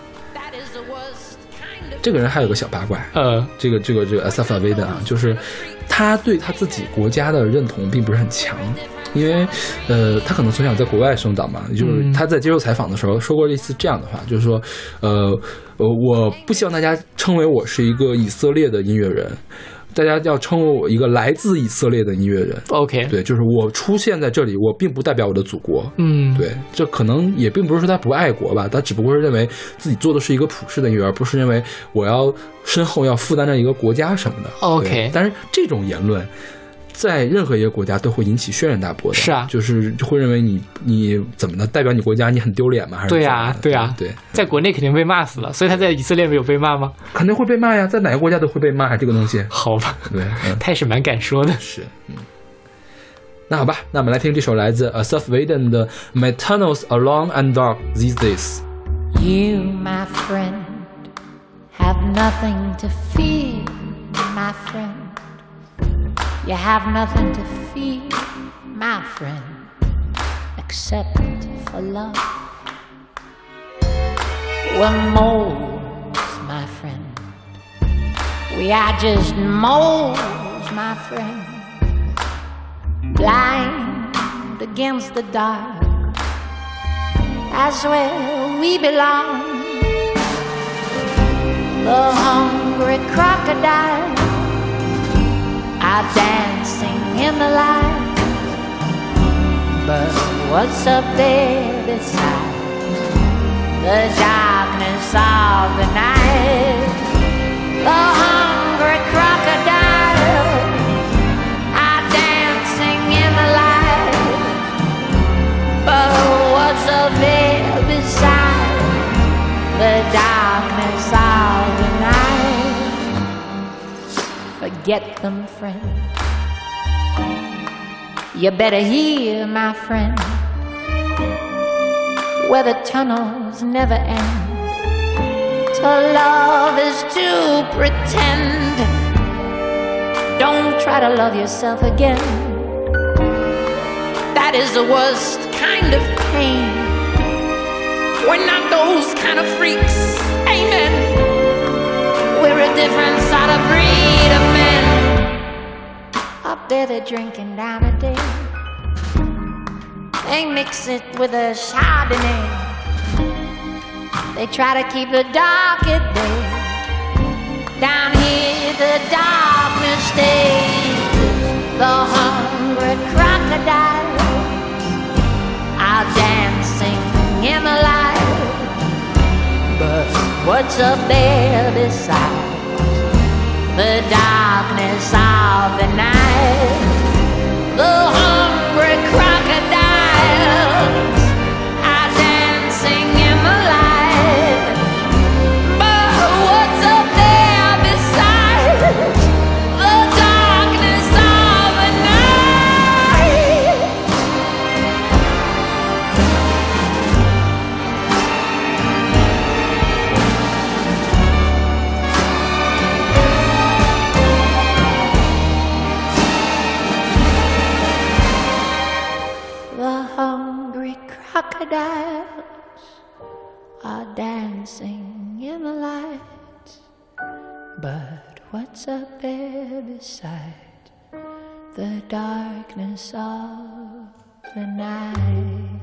这个人还有个小八卦，
呃，
这个这个这个 Asafa Weden 啊，就是他对他自己国家的认同并不是很强，因为呃，他可能从小在国外生长嘛，就是他在接受采访的时候说过一次这样的话，就是说，呃呃，我不希望大家称为我是一个以色列的音乐人。大家要称为我一个来自以色列的音乐人。
OK，
对，就是我出现在这里，我并不代表我的祖国。
嗯，
对，这可能也并不是说他不爱国吧，他只不过是认为自己做的是一个普世的音乐，而不是认为我要身后要负担着一个国家什么的。
OK，
但是这种言论在任何一个国家都会引起轩然大波的。
是啊，
就是会认为你你怎么的代表你国家你很丢脸吗？还是
对呀对呀
对，
在国内肯定被骂死了，所以他在以色列没有被骂吗？
肯定会被骂呀，在哪个国家都会被骂这个东西。
好吧，
对，嗯、
他也是蛮敢说的。
是，嗯。那好吧，那我们来听这首来自 Asafa Weden 的 Methanos Along and Dark These Days。
You, my friend, have nothing to fear, my friend.You have nothing to fear, my friend, except for love. We're moles, my friend. We are just moles, my friend. Blind against the dark. That's where we belong. The hungry crocodile.Are dancing in the light, but what's up there beside the darkness of the night? The hungry crocodiles are dancing in the light, but what's up there beside the darkness of the night?Forget them, friend. You better hear, my friend, where the tunnels never end. To love is to pretend. Don't try to love yourself again. That is the worst kind of pain. We're not those kind of freaks. Amen.We're a different sort of breed of men. Up there they're drinking down a day. They mix it with a Chardonnay. They try to keep the dark at bay. Down here the darkness stays. The hungry crocodiles are are dancing in the light, but what's up there beside the darkness of the night? The hungry crocodiles are dancing in the light, but what's up there beside the darkness of the night? The hungry crocodiles are dancing in the light, but what's up there beside the darkness of the night?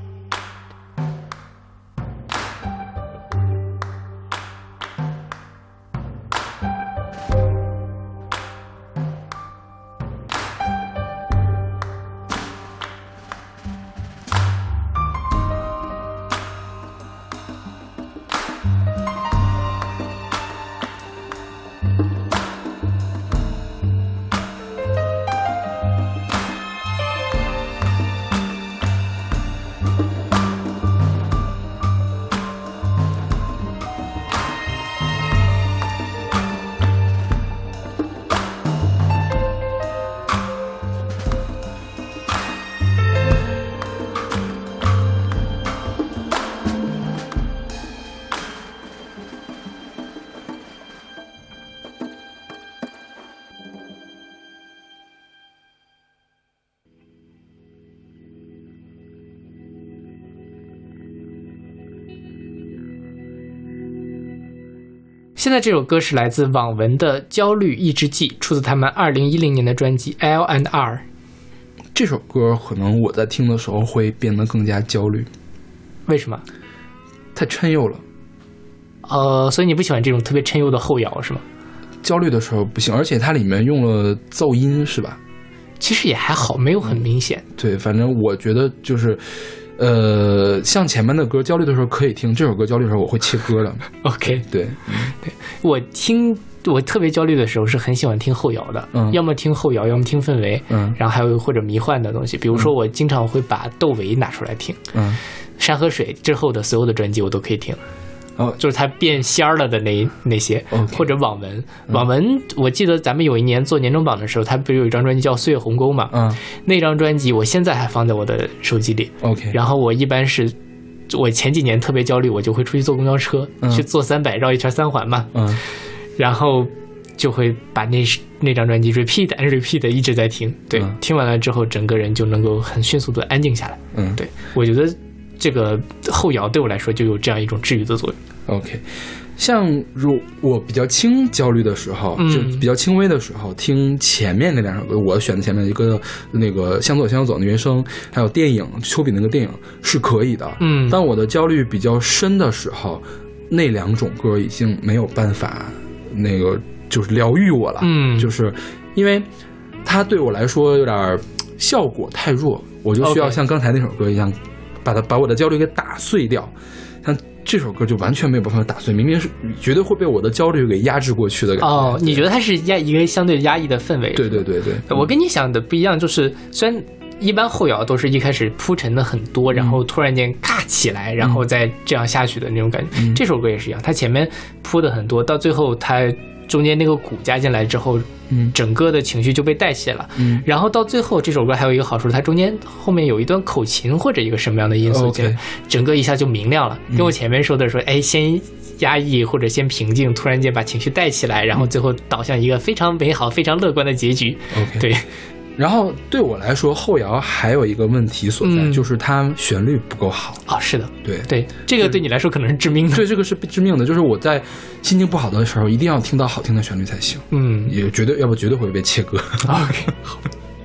现在这首歌是来自网文的《焦虑抑制剂》，出自他们二零一零年的专辑 L and R。
这首歌可能我在听的时候会变得更加焦虑，
为什么？
太抻悠了。
呃，所以你不喜欢这种特别抻悠的后摇是吗？
焦虑的时候不行，而且它里面用了噪音是吧？
其实也还好，没有很明显。
嗯、对，反正我觉得就是呃，像前面的歌焦虑的时候可以听，这首歌焦虑的时候我会切歌的。
OK，
对，
对，我听我特别焦虑的时候是很喜欢听后摇的，嗯，要么听后摇，要么听氛围，嗯，然后还有或者迷幻的东西，比如说我经常会把窦唯拿出来听，嗯，山河水之后的所有的专辑我都可以听。哦，就是他变仙儿了的那那些，
okay,
或者网文，网文，我记得咱们有一年做年终榜的时候，他不是有一张专辑叫《岁月鸿沟》嘛？嗯，那张专辑我现在还放在我的手机里。
OK，
然后我一般是，我前几年特别焦虑，我就会出去坐公交车，嗯、去坐三百绕一圈三环嘛。嗯，然后就会把那那张专辑 repeat and repeat 一直在听，对，嗯、听完了之后，整个人就能够很迅速的安静下来。嗯，对，我觉得。这个后摇对我来说就有这样一种治愈的作用。
OK， 像如我比较轻焦虑的时候、嗯、就比较轻微的时候听前面那两首歌，我选的前面一个那个向左向左的原声，还有电影丘比那个电影是可以的。嗯，当我的焦虑比较深的时候，那两种歌已经没有办法那个就是疗愈我了。嗯，就是因为它对我来说有点效果太弱，我就需要像刚才那首歌一样把它把我的焦虑给打碎掉，像这首歌就完全没有办法打碎，明明是绝对会被我的焦虑给压制过去的感觉。
哦，你觉得它是压一个相对压抑的氛围？
对对对对，
我跟你想的不一样，就是虽然一般后摇都是一开始铺陈的很多，然后突然间咔起来，然后再这样下去的那种感觉。嗯、这首歌也是一样，它前面铺的很多，到最后它中间那个鼓加进来之后，嗯，整个的情绪就被带起来了。嗯，然后到最后这首歌还有一个好处，它中间后面有一段口琴或者一个什么样的因素，
okay,
整个一下就明亮了。跟我前面说的说，哎，先压抑或者先平静，突然间把情绪带起来，然后最后导向一个非常美好、非常乐观的结局。
OK，
对。
然后对我来说，后摇还有一个问题所在，嗯、就是它旋律不够好。
哦，是的，
对
对，这个对你来说可能是致命的。
对，这个是致命的，就是我在心情不好的时候，一定要听到好听的旋律才行。嗯，也绝对，要不绝对会被切割。
OK， 好。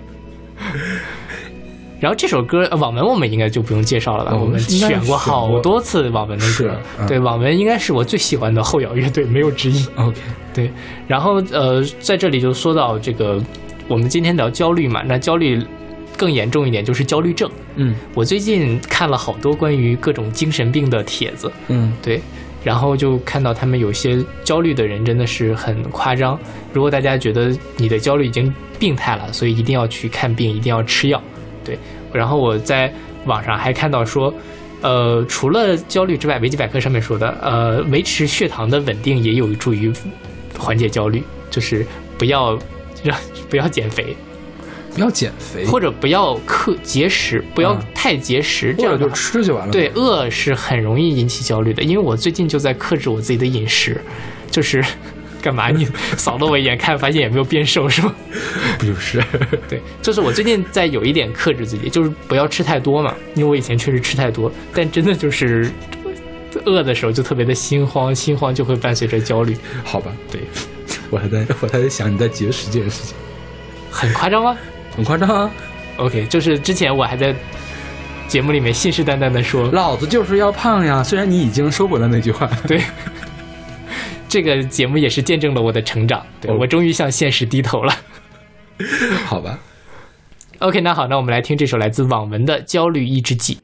然后这首歌网文我们应该就不用介绍了吧？
哦、
我们选过好多次网文的歌，嗯、对，网文应该是我最喜欢的后摇乐队，没有之一。
OK，
对。然后呃，在这里就说到这个。我们今天聊焦虑嘛，那焦虑更严重一点，就是焦虑症。
嗯，
我最近看了好多关于各种精神病的帖子，
嗯，
对，然后就看到他们有些焦虑的人真的是很夸张。如果大家觉得你的焦虑已经病态了，所以一定要去看病，一定要吃药。对，然后我在网上还看到说，呃，除了焦虑之外，维基百科上面说的，呃，维持血糖的稳定也有助于缓解焦虑，就是不要让不要减肥。
不要减肥，
或者不要克节食，不要太节食，
嗯、
这样
就吃就完了。
对，饿是很容易引起焦虑的，因为我最近就在克制我自己的饮食，就是干嘛？你扫了我一眼，看发现也没有变瘦，是吗？
不是，
对，就是我最近在有一点克制自己，就是不要吃太多嘛，因为我以前确实吃太多，但真的就是饿的时候就特别的心慌，心慌就会伴随着焦虑。
好吧，
对，
我还在我还在想你在节食这件事情，
很夸张吗？
很夸张啊
！OK， 就是之前我还在节目里面信誓旦旦的说，
老子就是要胖呀。虽然你已经收回了那句话，
对，这个节目也是见证了我的成长，对、哦、我终于向现实低头了。
好吧
，OK， 那好，那我们来听这首来自网文的《焦虑抑制剂》。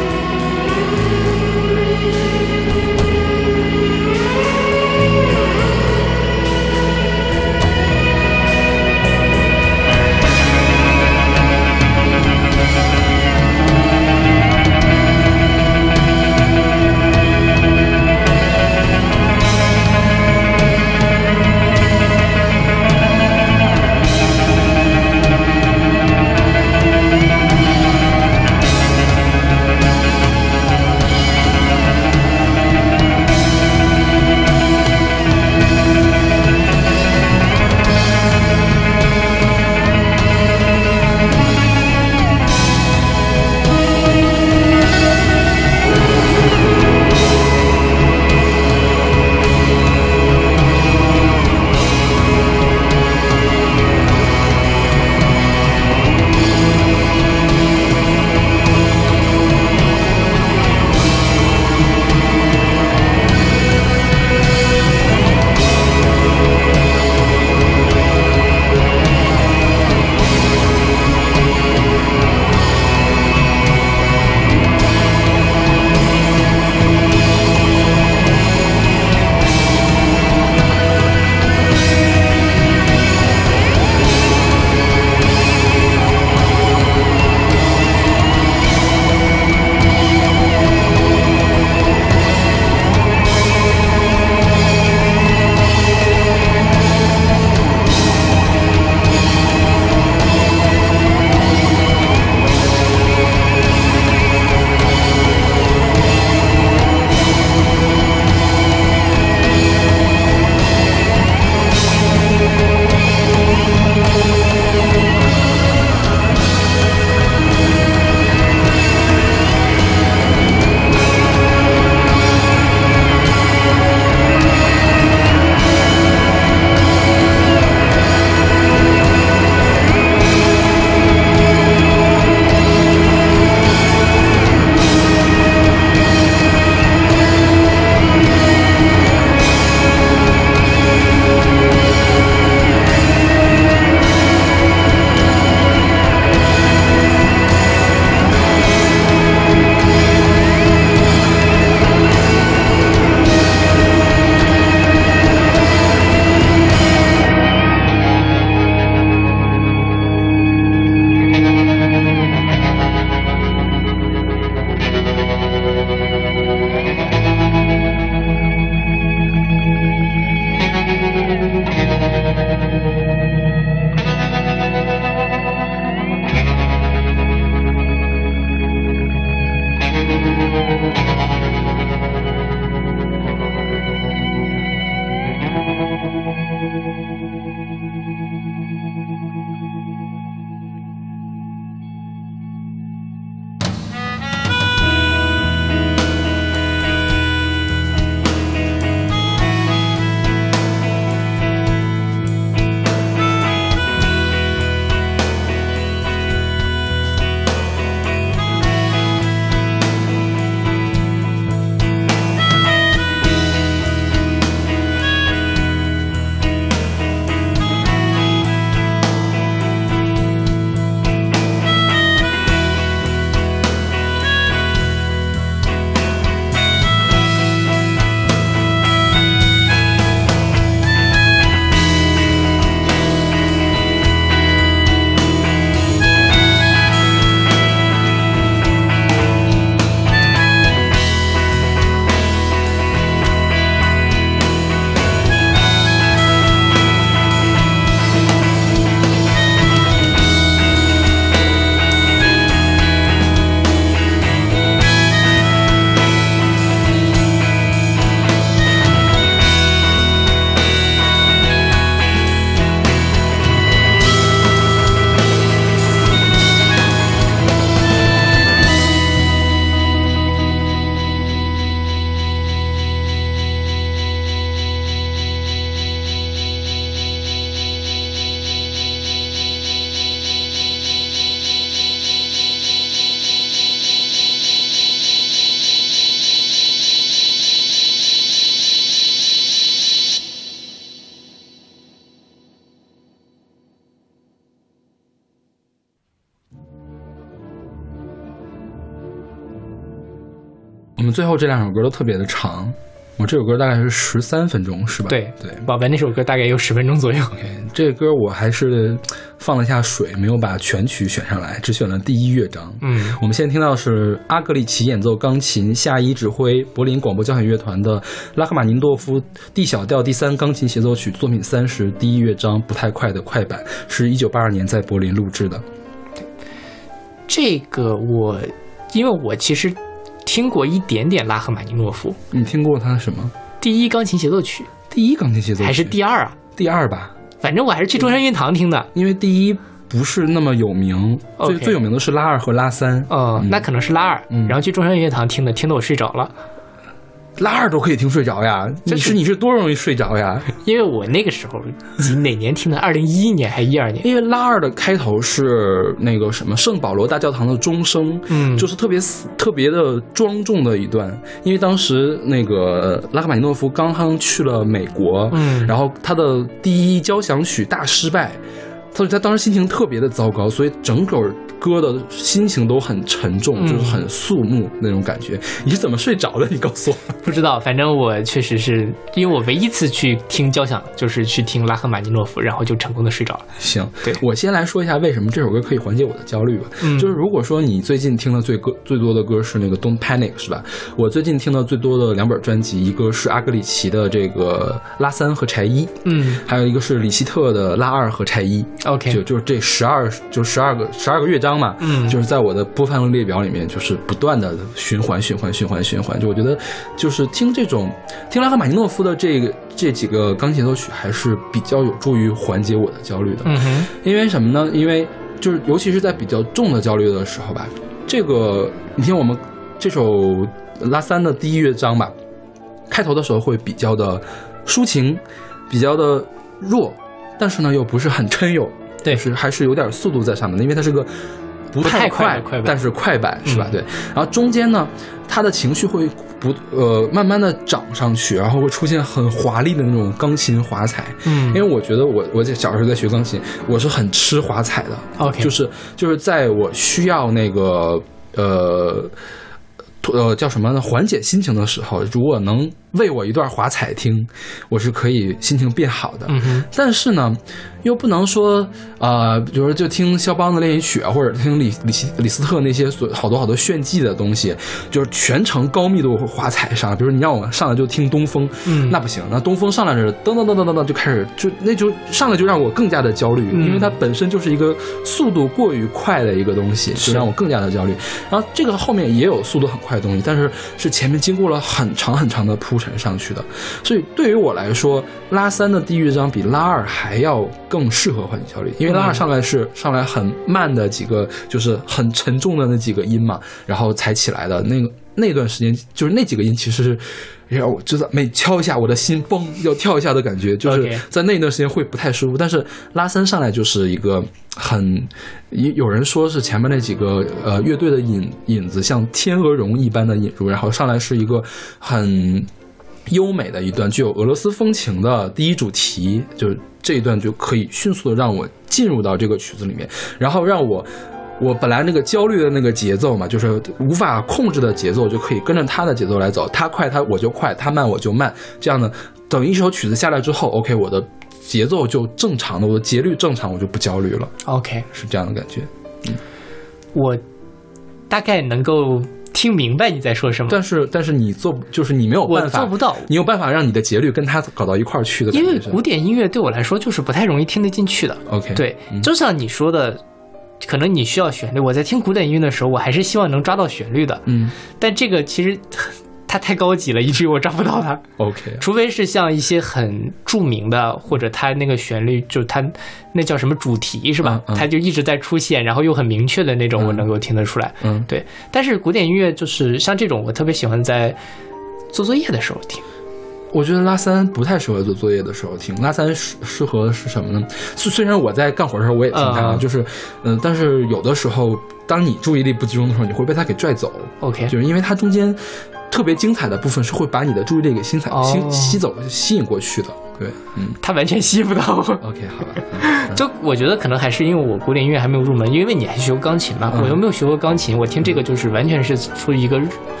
我们最后这两首歌都特别的长，我这首歌大概是十三分钟，是吧？
对
对，
宝贝那首歌大概有十分钟左右。
OK， 这个歌我还是放了下水，没有把全曲选上来，只选了第一乐章。
嗯，
我们现在听到的是阿格里奇演奏钢琴，夏伊指挥柏林广播交响乐团的拉赫玛尼诺夫 D 小调第三钢琴协奏曲作品三十第一乐章不太快的快板，是一九八二年在柏林录制的。
这个我因为我其实听过一点点拉赫玛尼诺夫。
你听过他什么？
第一钢琴协奏曲。
第一钢琴协奏曲
还是第二啊？
第二吧，
反正我还是去中山音乐堂听的，
因为第一不是那么有名，
okay.
最最有名的是拉二和拉三。
哦、嗯，那可能是拉二、
嗯，
然后去中山音乐堂听的，听得我睡着了。
拉二都可以听睡着呀？你是你是多容易睡着呀？
因为我那个时候哪年听的？二零一一年还是一二年？
因为拉二的开头是那个什么圣保罗大教堂的钟声，
嗯，
就是特别特别的庄重的一段。因为当时那个拉赫玛尼诺夫刚刚去了美国，
嗯，
然后他的第一交响曲大失败。他他当时心情特别的糟糕，所以整个歌的心情都很沉重，
嗯、
就是很肃穆那种感觉。你是怎么睡着的？你告诉我。
不知道，反正我确实是因为我唯一次去听交响，就是去听拉赫玛尼诺夫，然后就成功的睡着了。
行，
对，
我先来说一下为什么这首歌可以缓解我的焦虑吧。
嗯，
就是如果说你最近听的最歌最多的歌是那个 Don't Panic 是吧？我最近听的最多的两本专辑，一个是阿格里奇的这个拉三和柴一，
嗯，
还有一个是李希特的拉二和柴一。
OK，
就就是这十二就十二个十二个乐章嘛，
嗯，
就是在我的播放列表里面，就是不断的循环循环循环循环。就我觉得，就是听这种听拉赫玛尼诺夫的这个这几个钢琴协奏曲，还是比较有助于缓解我的焦虑的。
嗯哼，
因为什么呢？因为就是尤其是在比较重的焦虑的时候吧，这个你听我们这首拉三的第一乐章吧，开头的时候会比较的抒情，比较的弱。但是呢，又不是很抻悠，
对，
就是还是有点速度在上面的，因为它是个不太快，
不太快
但是快板、嗯、是吧？对。然后中间呢，他的情绪会不呃慢慢的涨上去，然后会出现很华丽的那种钢琴华彩。嗯，因为我觉得我我小时候在学钢琴，我是很吃华彩的。
OK，
就是就是在我需要那个呃。呃，叫什么呢？缓解心情的时候，如果能为我一段华彩听，我是可以心情变好的。
嗯哼。
但是呢，又不能说啊、呃，比如说就听肖邦的练习曲啊，或者听李李李斯特那些所好多好多炫技的东西，就是全程高密度华彩上。比如你让我上来就听东风，
嗯，
那不行。那东风上来着，噔噔噔噔噔噔就开始就那就上来就让我更加的焦虑，
嗯、
因为它本身就是一个速度过于快的一个东西，就让我更加的焦虑。然后这个后面也有速度很快的东西，但是是前面经过了很长很长的铺陈上去的，所以对于我来说，拉三的第一乐章比拉二还要更适合缓解焦虑，因为拉二上来是上来很慢的几个，就是很沉重的那几个音嘛，然后才起来的那个那段时间，就是那几个音其实是让我就是每敲一下我的心嘣要跳一下的感觉，就是在那段时间会不太舒服。但是拉三上来就是一个很，有人说是前面那几个呃乐队的引引子像天鹅绒一般的引入，然后上来是一个很优美的一段具有俄罗斯风情的第一主题，就是这一段就可以迅速的让我进入到这个曲子里面，然后让我我本来那个焦虑的那个节奏嘛，就是无法控制的节奏，就可以跟着他的节奏来走，他快他我就快，他慢我就慢，这样呢，等一首曲子下来之后 OK 我的节奏就正常的，我的节律正常，我就不焦虑了。
OK，
是这样的感觉。嗯，
我大概能够听明白你在说什么，
但是但是你做就是你没有办法，
我做不到，
你有办法让你的节律跟他搞到一块儿去的感觉。
因为古典音乐对我来说就是不太容易听得进去的。
OK，
对、
嗯、
就像你说的，可能你需要旋律，我在听古典音乐的时候我还是希望能抓到旋律的。
嗯，
但这个其实它太高级了，以至于我抓不到它。
OK，
除非是像一些很著名的，或者它那个旋律就它那叫什么主题是吧、嗯嗯、它就一直在出现，然后又很明确的那种，我能够听得出来。
嗯，
对。但是古典音乐就是像这种，我特别喜欢在做作业的时候听。
我觉得拉三不太适合做作业的时候听，拉三适适合是什么呢？虽然我在干活的时候我也听它、嗯、就是嗯、呃，但是有的时候当你注意力不集中的时候，你会被它给拽走。
OK，
就是因为它中间特别精彩的部分是会把你的注意力给吸彩、吸吸走吸引过去的。对，嗯，
它完全吸不到我。
OK， 好吧、
嗯、就我觉得可能还是因为我古典音乐还没有入门，因为你还学过钢琴嘛、嗯、我又没有学过钢琴，我听这个就是完全是出于一个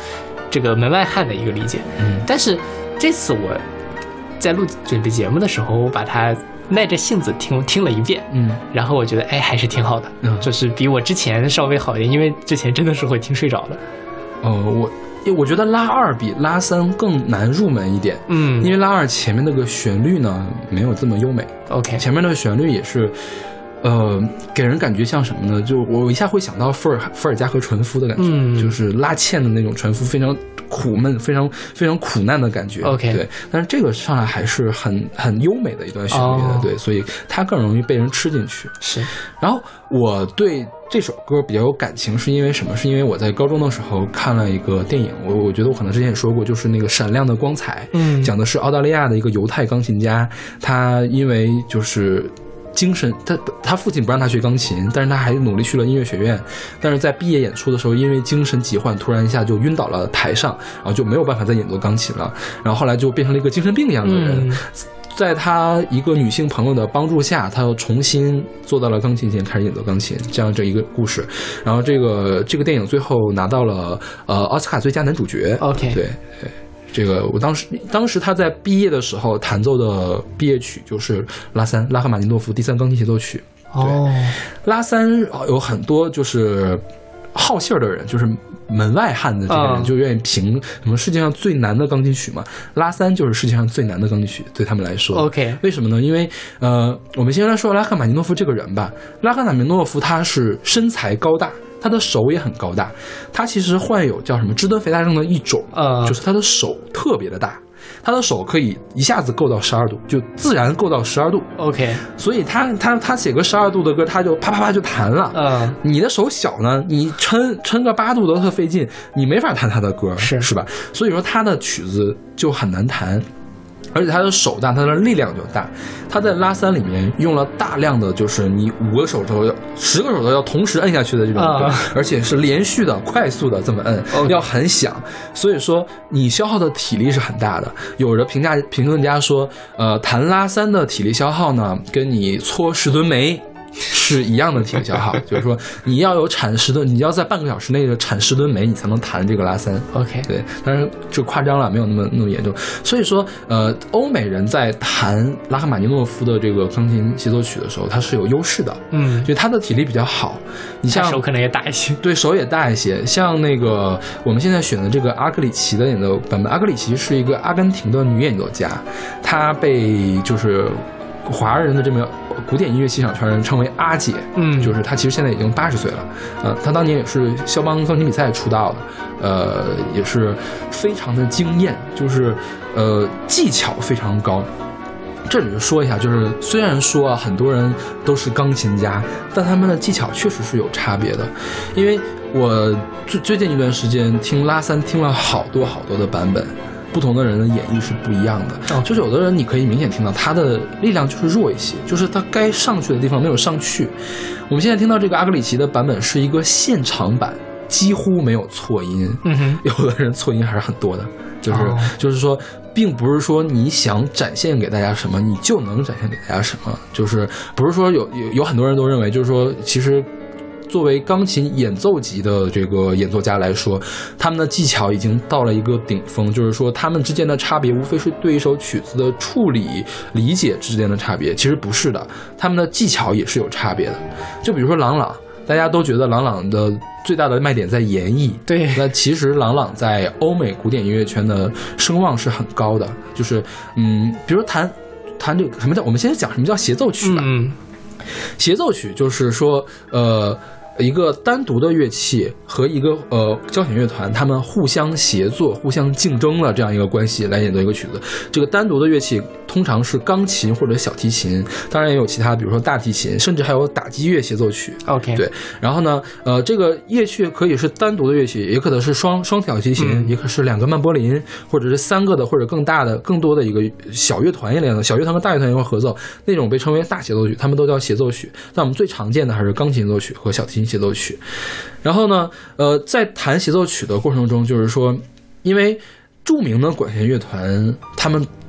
这个门外汉的一个理解。
嗯，
但是这次我在录准备节目的时候，我把它耐着性子听听了一遍，
嗯，
然后我觉得哎还是挺好的，
嗯，
就是比我之前稍微好一点，因为之前真的是会听睡着的。
哦，我我觉得拉二比拉三更难入门一点，
嗯，
因为拉二前面那个旋律呢没有这么优美
，OK，
前面那个旋律也是。呃，给人感觉像什么呢？就我一下会想到伏尔伏尔加河船夫的感觉，
嗯，
就是拉纤的那种船夫，非常苦闷、非常非常苦难的感觉。
OK，
对，但是这个上来还是很很优美的一段旋律的，哦、对，所以它更容易被人吃进去。
是。
然后我对这首歌比较有感情，是因为什么？是因为我在高中的时候看了一个电影，我我觉得我可能之前也说过，就是那个《闪亮的光彩》，
嗯，
讲的是澳大利亚的一个犹太钢琴家，他因为就是精神，他他父亲不让他学钢琴，但是他还努力去了音乐学院，但是在毕业演出的时候，因为精神疾患，突然一下就晕倒了台上，然后就没有办法再演奏钢琴了，然后后来就变成了一个精神病一样的人。嗯，在他一个女性朋友的帮助下，他又重新坐到了钢琴前，开始演奏钢琴，这样这一个故事。然后这个这个电影最后拿到了呃奥斯卡最佳男主角。
OK，
对对。这个我当时当时他在毕业的时候弹奏的毕业曲就是拉三拉赫玛尼诺夫第三钢琴协奏曲。
哦，
拉三有很多就是好信儿的人，就是门外汉的这个人，
嗯，
就愿意评什么世界上最难的钢琴曲嘛。拉三就是世界上最难的钢琴曲，对他们来说。
OK，
为什么呢？因为呃，我们先来说拉赫玛尼诺夫这个人吧。拉赫玛尼诺夫他是身材高大，他的手也很高大，他其实患有叫什么肢端肥大症的一种，
呃，
就是他的手特别的大，他的手可以一下子够到十二度，就自然够到十二度。
OK，
所以他他他写个十二度的歌，他就啪啪啪就弹了。
嗯、呃，
你的手小呢，你抻抻个八度都特费劲，你没法弹他的歌，
是
是吧？所以说他的曲子就很难弹。而且他的手大，他的力量就大。他在拉三里面用了大量的，就是你五个手指头、十个手指头要同时摁下去的这种歌，uh. 而且是连续的、快速的这么摁，
okay.
要很响。所以说你消耗的体力是很大的。有的评价评论家说，呃，弹拉三的体力消耗呢，跟你搓十吨煤是一样的体力消耗，就是说你要有产十吨，你要在半个小时内的产十吨煤，你才能弹这个拉三。
OK，
对，当然这夸张了，没有那么那么严重。所以说，呃，欧美人在弹拉赫玛尼诺夫的这个钢琴协奏曲的时候，他是有优势的，
嗯，
就他的体力比较好。你像
手可能也大一些，
对手也大一些。像那个我们现在选的这个阿格里奇的演奏版本，阿格里奇是一个阿根廷的女演奏家，她被就是华人的这么古典音乐欣赏圈人称为阿姐，
嗯，
就是她其实现在已经八十岁了，呃，她当年也是肖邦钢琴比赛出道的，呃，也是非常的惊艳，就是呃技巧非常高。这里就说一下，就是虽然说啊很多人都是钢琴家，但他们的技巧确实是有差别的，因为我最最近一段时间听拉三听了好多好多的版本。不同的人的演绎是不一样的，就是有的人你可以明显听到他的力量就是弱一些，就是他该上去的地方没有上去。我们现在听到这个阿格里奇的版本是一个现场版，几乎没有错音，
嗯哼，
有的人错音还是很多的，就是、
哦、
就是说，并不是说你想展现给大家什么，你就能展现给大家什么，就是不是说有有有很多人都认为，就是说其实。作为钢琴演奏级的这个演奏家来说，他们的技巧已经到了一个顶峰，就是说他们之间的差别无非是对一首曲子的处理理解之间的差别，其实不是的，他们的技巧也是有差别的。就比如说郎朗，大家都觉得郎朗的最大的卖点在演绎，
对，
那其实郎朗在欧美古典音乐圈的声望是很高的，就是嗯，比如弹弹这个什么叫我们先讲什么叫协奏曲吧，
嗯，
协奏曲就是说呃。一个单独的乐器和一个呃交响乐团，他们互相协作、互相竞争了这样一个关系来演奏一个曲子。这个单独的乐器通常是钢琴或者小提琴，当然也有其他，比如说大提琴，甚至还有打击乐协奏曲。
OK，
对。然后呢，呃，这个乐器可以是单独的乐器，也可能是双双小提琴，嗯、也可是两个曼波林，或者是三个的，或者更大的、更多的一个小乐团一类的，小乐团和大乐团一块合奏，那种被称为大协奏曲，他们都叫协奏曲。但我们最常见的还是钢琴协奏曲和小提琴协奏曲。然后呢，呃，在弹协奏曲的过程中，就是说，因为著名的管弦乐团，他们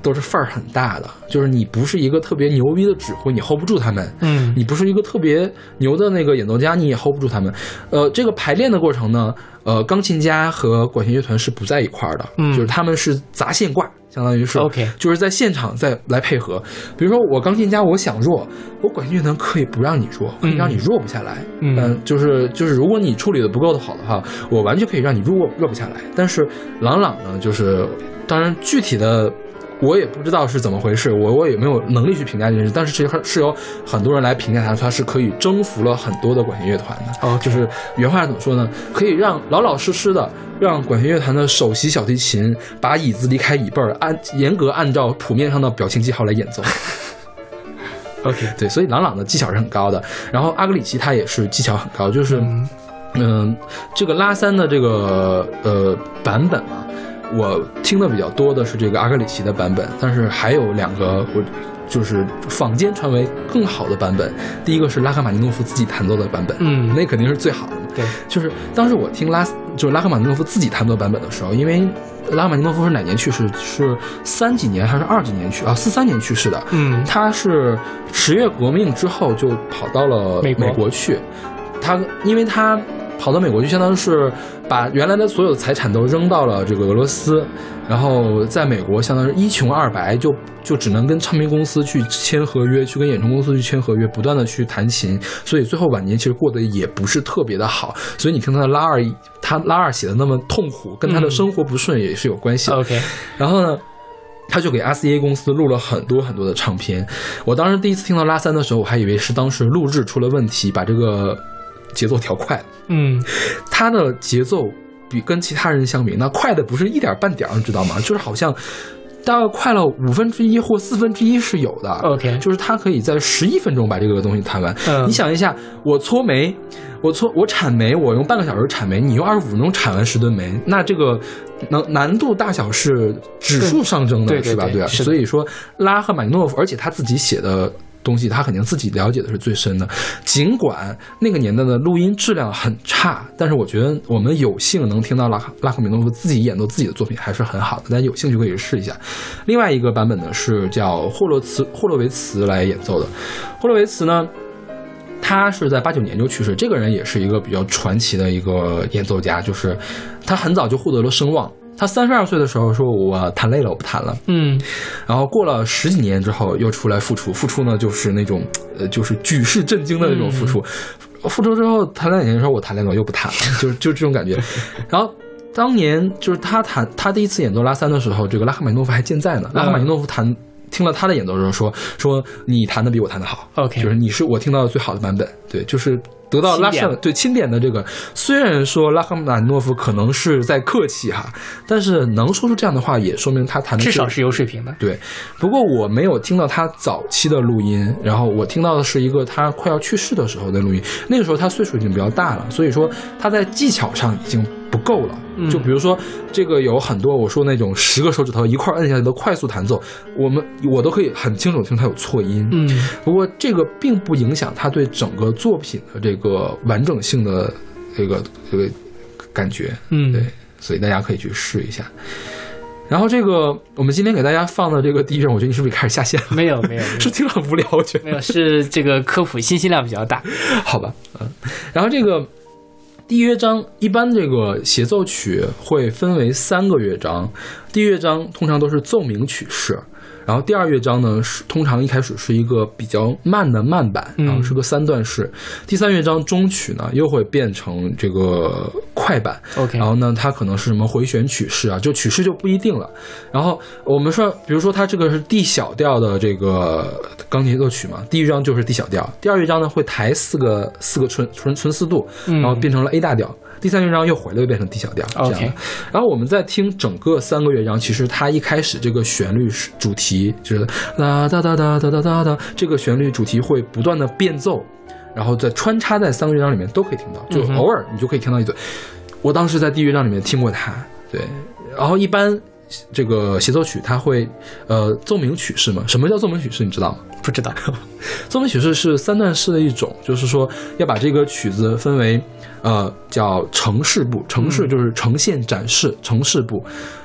都是范儿很大的，就是你不是一个特别牛逼的指挥，你 hold 不住他们，
嗯，
你不是一个特别牛的那个演奏家，你也 hold 不住他们。呃，这个排练的过程呢，呃，钢琴家和管弦乐团是不在一块儿的，
嗯，
就是他们是砸线挂，相当于是
OK，
就是在现场再来配合。比如说我钢琴家我想弱，我管弦乐团可以不让你弱，可以让你弱不下来，
嗯，
呃、就是就是如果你处理的不够的好的话，我完全可以让你弱弱不下来。但是郎朗呢，就是当然具体的我也不知道是怎么回事，我我也没有能力去评价这件事，但是其实是有很多人来评价他，他是可以征服了很多的管弦乐团的。
哦，
就是原话怎么说呢？可以让老老实实的让管弦乐团的首席小提琴把椅子离开椅背儿，按严格按照谱面上的表情记号来演奏。OK， 对，所以郎朗的技巧是很高的，然后阿格里奇他也是技巧很高，就是嗯、呃，这个拉三的这个呃版本嘛。我听的比较多的是这个阿格里奇的版本，但是还有两个我就是坊间传为更好的版本。第一个是拉赫玛尼诺夫自己弹奏的版本，
嗯，
那肯定是最好的。
对，
就是当时我听拉就是拉赫玛尼诺夫自己弹奏版本的时候，因为拉赫玛尼诺夫是哪年去世？是三几年还是二几年去啊？四三年去世的。
嗯，
他是十月革命之后就跑到了美国, 美国去，他因为他。跑到美国就相当于是把原来的所有的财产都扔到了这个俄罗斯，然后在美国相当于一穷二白，就就只能跟唱片公司去签合约，去跟演唱公司去签合约，不断的去弹琴，所以最后晚年其实过得也不是特别的好。所以你听他的拉二，他拉二写的那么痛苦，跟他的生活不顺也是有关系的。
嗯、OK，
然后呢？他就给 R C A 公司录了很多很多的唱片。我当时第一次听到拉三的时候，我还以为是当时录制出了问题，把这个节奏调快了。
嗯，
他的节奏比跟其他人相比，那快的不是一点半点，你知道吗？就是好像大概快了五分之一或四分之一是有的。
OK，
就是他可以在十一分钟把这个东西弹完。
嗯，
你想一下，我搓煤，我搓我铲煤，我用半个小时铲煤，你用二十五分钟铲完十吨煤，那这个能难度大小是指数上升的，
对对对
是吧？对啊，
是
所以说拉赫玛尼诺夫，而且他自己写的东西他肯定自己了解的是最深的，尽管那个年代的录音质量很差，但是我觉得我们有幸能听到拉拉赫玛尼诺夫自己演奏自己的作品还是很好的，大家有兴趣可以试一下。另外一个版本呢是叫霍洛茨霍洛维茨来演奏的，霍洛维茨呢他是在八九年就去世，这个人也是一个比较传奇的一个演奏家，就是他很早就获得了声望。他三十二岁的时候说：“我弹累了，我不弹了。”
嗯，
然后过了十几年之后，又出来复出，复出呢就是那种呃，就是举世震惊的那种复出。嗯、复出之后弹两年的时候，我弹累了，我又不弹了，就就这种感觉。然后当年就是他弹他第一次演奏拉三的时候，这个拉赫玛尼诺夫还健在呢。拉赫玛尼诺夫弹。听了他的演奏的时候说说你弹的比我弹的好
，OK，
就是你是我听到的最好的版本，对，就是得到拉上对钦点的这个。虽然说拉赫玛尼诺夫可能是在客气哈，但是能说出这样的话，也说明他弹的
至少是有水平的。
对，不过我没有听到他早期的录音，然后我听到的是一个他快要去世的时候的录音，那个时候他岁数已经比较大了，所以说他在技巧上已经不够了。就比如说这个有很多我说那种十个手指头一块摁下来的快速弹奏，我们我都可以很清楚听它有错音。
嗯，
不过这个并不影响他对整个作品的这个完整性的这个这个感觉。
嗯，
对，所以大家可以去试一下。然后这个我们今天给大家放的这个第一章，我觉得你是不是开始下线了？
没有没有，
是听了无聊，我觉得
没有，是这个科普信息量比较大。
好吧，嗯，然后这个。第一乐章一般这个协奏曲会分为三个乐章，第一乐章通常都是奏鸣曲式，然后第二乐章呢是通常一开始是一个比较慢的慢板，然后是个三段式，嗯、第三乐章中曲呢又会变成这个快板
，OK，
然后呢它可能是什么回旋曲式啊，就曲式就不一定了。然后我们说，比如说它这个是 D 小调的这个钢琴协奏曲嘛，第一乐章就是 D 小调，第二乐章呢会抬四个四个纯纯纯四度，然后变成了 A 大调。嗯第三乐章又回来又变成 D 小调，这样的。
Okay.
然后我们在听整个三个乐章，其实它一开始这个旋律主题就是哒哒哒哒哒哒哒哒，这个旋律主题会不断的变奏，然后再穿插在三个乐章里面都可以听到，就偶尔你就可以听到一嘴。嗯、我当时在第一乐章里面听过它，对。然后一般这个协奏曲它会呃奏鸣曲式嘛？什么叫奏鸣曲式？你知道吗？
不知道。
奏鸣曲式是三段式的一种，就是说要把这个曲子分为呃叫呈示部，呈示就是呈现展示呈示部，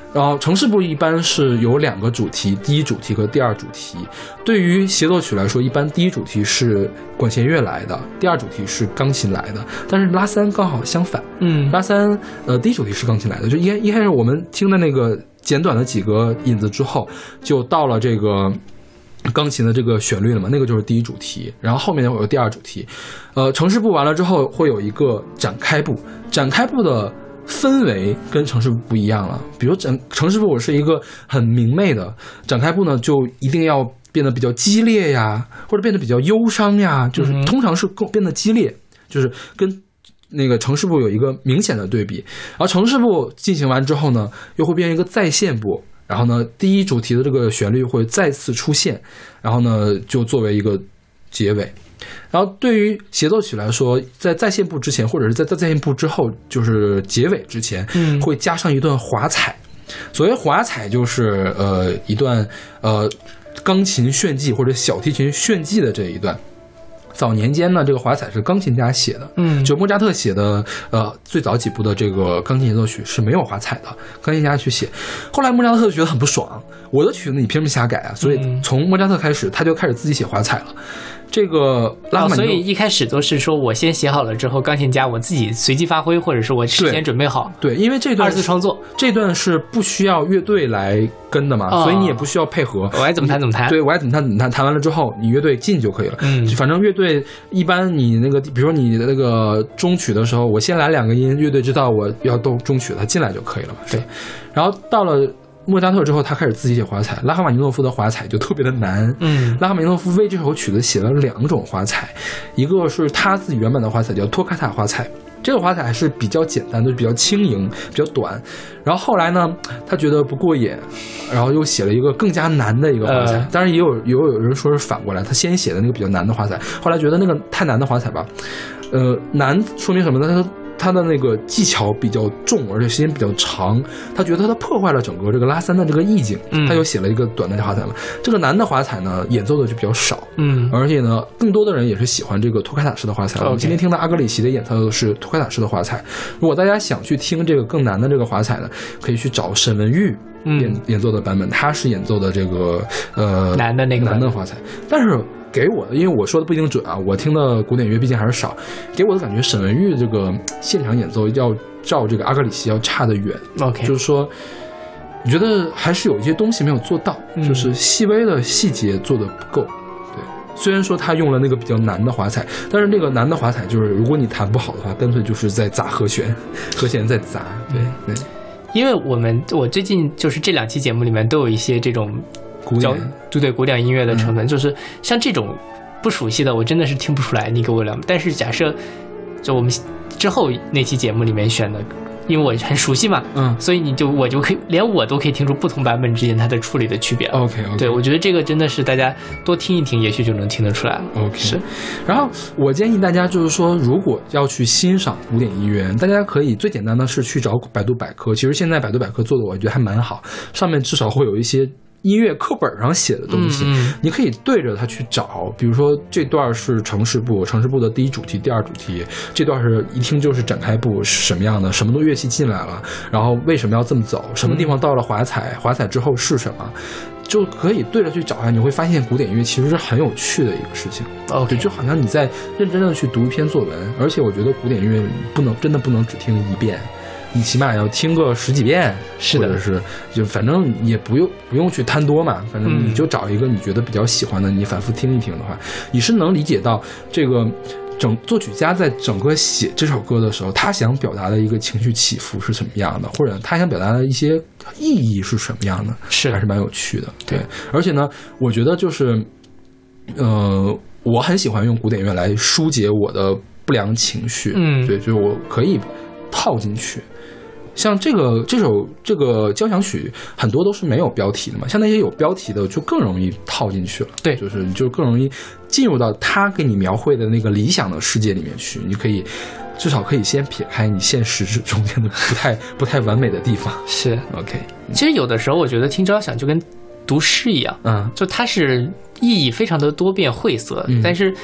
然后城市部一般是有两个主题，第一主题和第二主题。对于协奏曲来说，一般第一主题是管弦乐来的，第二主题是钢琴来的。但是拉三刚好相反，
嗯，
拉三呃第一主题是钢琴来的，就一一开始我们听的那个简短的几个引子之后，就到了这个钢琴的这个旋律了嘛，那个就是第一主题，然后后面会有第二主题。呃，城市部完了之后会有一个展开部，展开部的氛围跟城市部不一样了。比如整城市部我是一个很明媚的，展开部呢就一定要变得比较激烈呀，或者变得比较忧伤呀，就是通常是更变得激烈，就是跟那个城市部有一个明显的对比。然后城市部进行完之后呢，又会变成一个再现部，然后呢第一主题的这个旋律会再次出现，然后呢就作为一个结尾。然后对于协奏曲来说，在再现部之前或者是在再现部之后，就是结尾之前，
嗯，
会加上一段华彩。所谓华彩就是呃一段呃钢琴炫技或者小提琴炫技的这一段。早年间呢，这个华彩是钢琴家写的，
嗯，
就莫扎特写的，呃，最早几部的这个钢琴协奏曲是没有华彩的，钢琴家去写。后来莫扎特觉得很不爽，我的曲子你凭什么瞎改啊？所以从莫扎特开始，他就开始自己写华彩了。这个拉赫玛尼诺夫、
哦，所以一开始都是说我先写好了之后，钢琴家我自己随机发挥，或者是我事先准备好。
对，对因为这段
二次创作，
这段是不需要乐队来跟的嘛，哦、所以你也不需要配合，
我爱怎么弹怎么弹。
对，我爱怎么弹怎么弹，弹完了之后你乐队进就可以了。
嗯，
反正乐队一般你那个，比如说你那个中曲的时候，我先来两个音，乐队知道我要动中曲，他进来就可以了嘛。对，然后到了莫扎特之后，他开始自己写华彩。拉赫玛尼诺夫的华彩就特别的难。
嗯，
拉赫玛尼诺夫为这首曲子写了两种华彩，一个是他自己原本的华彩，叫托卡塔华彩。这个华彩还是比较简单的，比较轻盈，比较短。然后后来呢，他觉得不过瘾，然后又写了一个更加难的一个华彩。呃、当然也有也有有人说是反过来，他先写的那个比较难的华彩，后来觉得那个太难的华彩吧，呃，难说明什么呢？他他的那个技巧比较重，而且时间比较长，他觉得他破坏了整个这个拉三的这个意境，他又写了一个短的华彩嘛。这个难的华彩呢，演奏的就比较少，嗯，而且呢，更多的人也是喜欢这个托卡塔式的华彩。我们今天听到阿格里奇的演奏是托卡塔式的华彩。如果大家想去听这个更难的这个华彩呢，可以去找沈文玉演、嗯、演奏的版本，他是演奏的这个呃
难的那个
难的华彩，但是。给我的，因为我说的不一定准啊，我听的古典乐毕竟还是少，给我的感觉沈文玉这个现场演奏要照这个阿格里奇要差得远。
OK，
就是说，你觉得还是有一些东西没有做到，嗯、就是细微的细节做得不够。对，虽然说他用了那个比较难的华彩，但是那个难的华彩就是，如果你弹不好的话，干脆就是在砸和弦，和弦在砸。对对，
因为我们我最近就是这两期节目里面都有一些这种。
古典
对对古典音乐的成分、嗯，就是像这种不熟悉的，我真的是听不出来。你给我两，但是假设就我们之后那期节目里面选的，因为我很熟悉嘛，嗯，所以你就我就可以连我都可以听出不同版本之间它的处理的区别。
OK OK，
对我觉得这个真的是大家多听一听，也许就能听得出来了。
OK，
是。
然后我建议大家就是说，如果要去欣赏古典音乐，大家可以最简单的是去找百度百科。其实现在百度百科做的我觉得还蛮好，上面至少会有一些。音乐课本上写的东西、嗯、你可以对着它去找，比如说这段是城市部城市部的第一主题第二主题，这段是一听就是展开部是什么样的，什么的乐器进来了，然后为什么要这么走，什么地方到了华彩、嗯、华彩之后是什么，就可以对着去找一下，你会发现古典音乐其实是很有趣的一个事情。
哦、okay.
对，就好像你在认真的去读一篇作文，而且我觉得古典音乐不能真的不能只听一遍，你起码要听个十几遍，
是的，
或者是就反正也不用不用去贪多嘛，反正你就找一个你觉得比较喜欢的，你反复听一听的话，你是能理解到这个整作曲家在整个写这首歌的时候，他想表达的一个情绪起伏是什么样的，或者他想表达的一些意义是什么样的，
是
还是蛮有趣的。对，而且呢，我觉得就是呃，我很喜欢用古典乐来疏解我的不良情绪。嗯，对，就是我可以套进去。像这个这首这个交响曲很多都是没有标题的嘛，像那些有标题的就更容易套进去了。
对，
就是你就更容易进入到他给你描绘的那个理想的世界里面去，你可以至少可以先撇开你现实中间的不太不太完美的地方。
是
OK，
其实有的时候我觉得听交响就跟读诗一样，嗯，就它是意义非常的多变晦涩，嗯，但是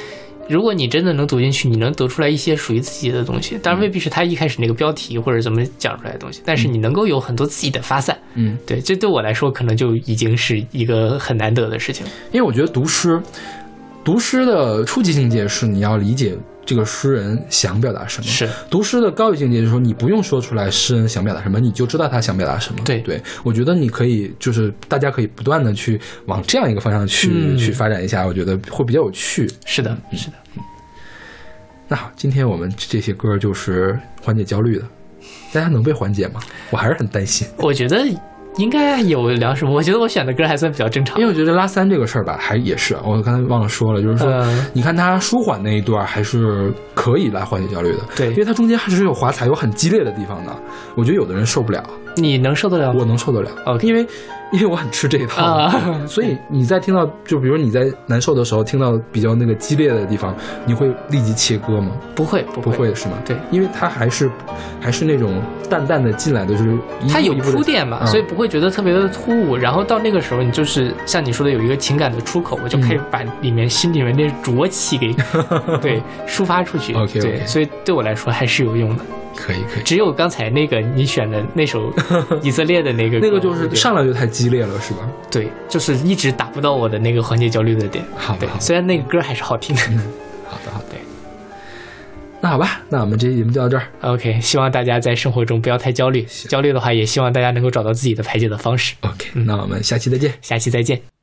如果你真的能读进去，你能得出来一些属于自己的东西，当然未必是他一开始那个标题或者怎么讲出来的东西，但是你能够有很多自己的发散。
嗯，
对，这对我来说可能就已经是一个很难得的事情。
因为我觉得读诗，读诗的初级境界是你要理解这个诗人想表达什么。
是
读诗的高级境界就是说，你不用说出来诗人想表达什么，你就知道他想表达什么。
对
对，我觉得你可以就是大家可以不断的去往这样一个方向去、
嗯、
去发展一下，我觉得会比较有趣。
是的，
嗯、
是的。
那好，今天我们这些歌就是缓解焦虑的，大家能被缓解吗？我还是很担心。
我觉得应该有聊什么？我觉得我选的歌还算比较正常，
因为我觉得拉三这个事儿吧，还也是我刚才忘了说了，就是说，呃、你看他舒缓那一段还是可以来缓解焦虑的，
对，
因为它中间还是有华彩，有很激烈的地方的。我觉得有的人受不了，
你能受得了吗？
我能受得了，
okay.
因为因为我很吃这一套、啊，所以你在听到，就比如你在难受的时候听到比较那个激烈的地方，你会立即切歌吗？
不会，不会，
不会是吗？
对，
因为它还是还是那种淡淡的进来的，就是
它有铺垫嘛、
嗯，
所以不会觉得特别的突兀。然后到那个时候，你就是像你说的有一个情感的出口，我就可以把里面、嗯、心里面那浊气给对抒发出去。
OK，
对，所以对我来说还是有用的。
可以可以，
只有刚才那个你选的那首以色列的那个
那个就是上来就太激烈了，是吧？
对，就是一直达不到我的那个缓解焦虑的点。
好的，
虽然那个歌还是好听的。
嗯、好的好的。那好吧，那我们这期节目就到这儿。
OK， 希望大家在生活中不要太焦虑，焦虑的话，也希望大家能够找到自己的排解的方式。
OK，、嗯、那我们下期再见，
下期再见。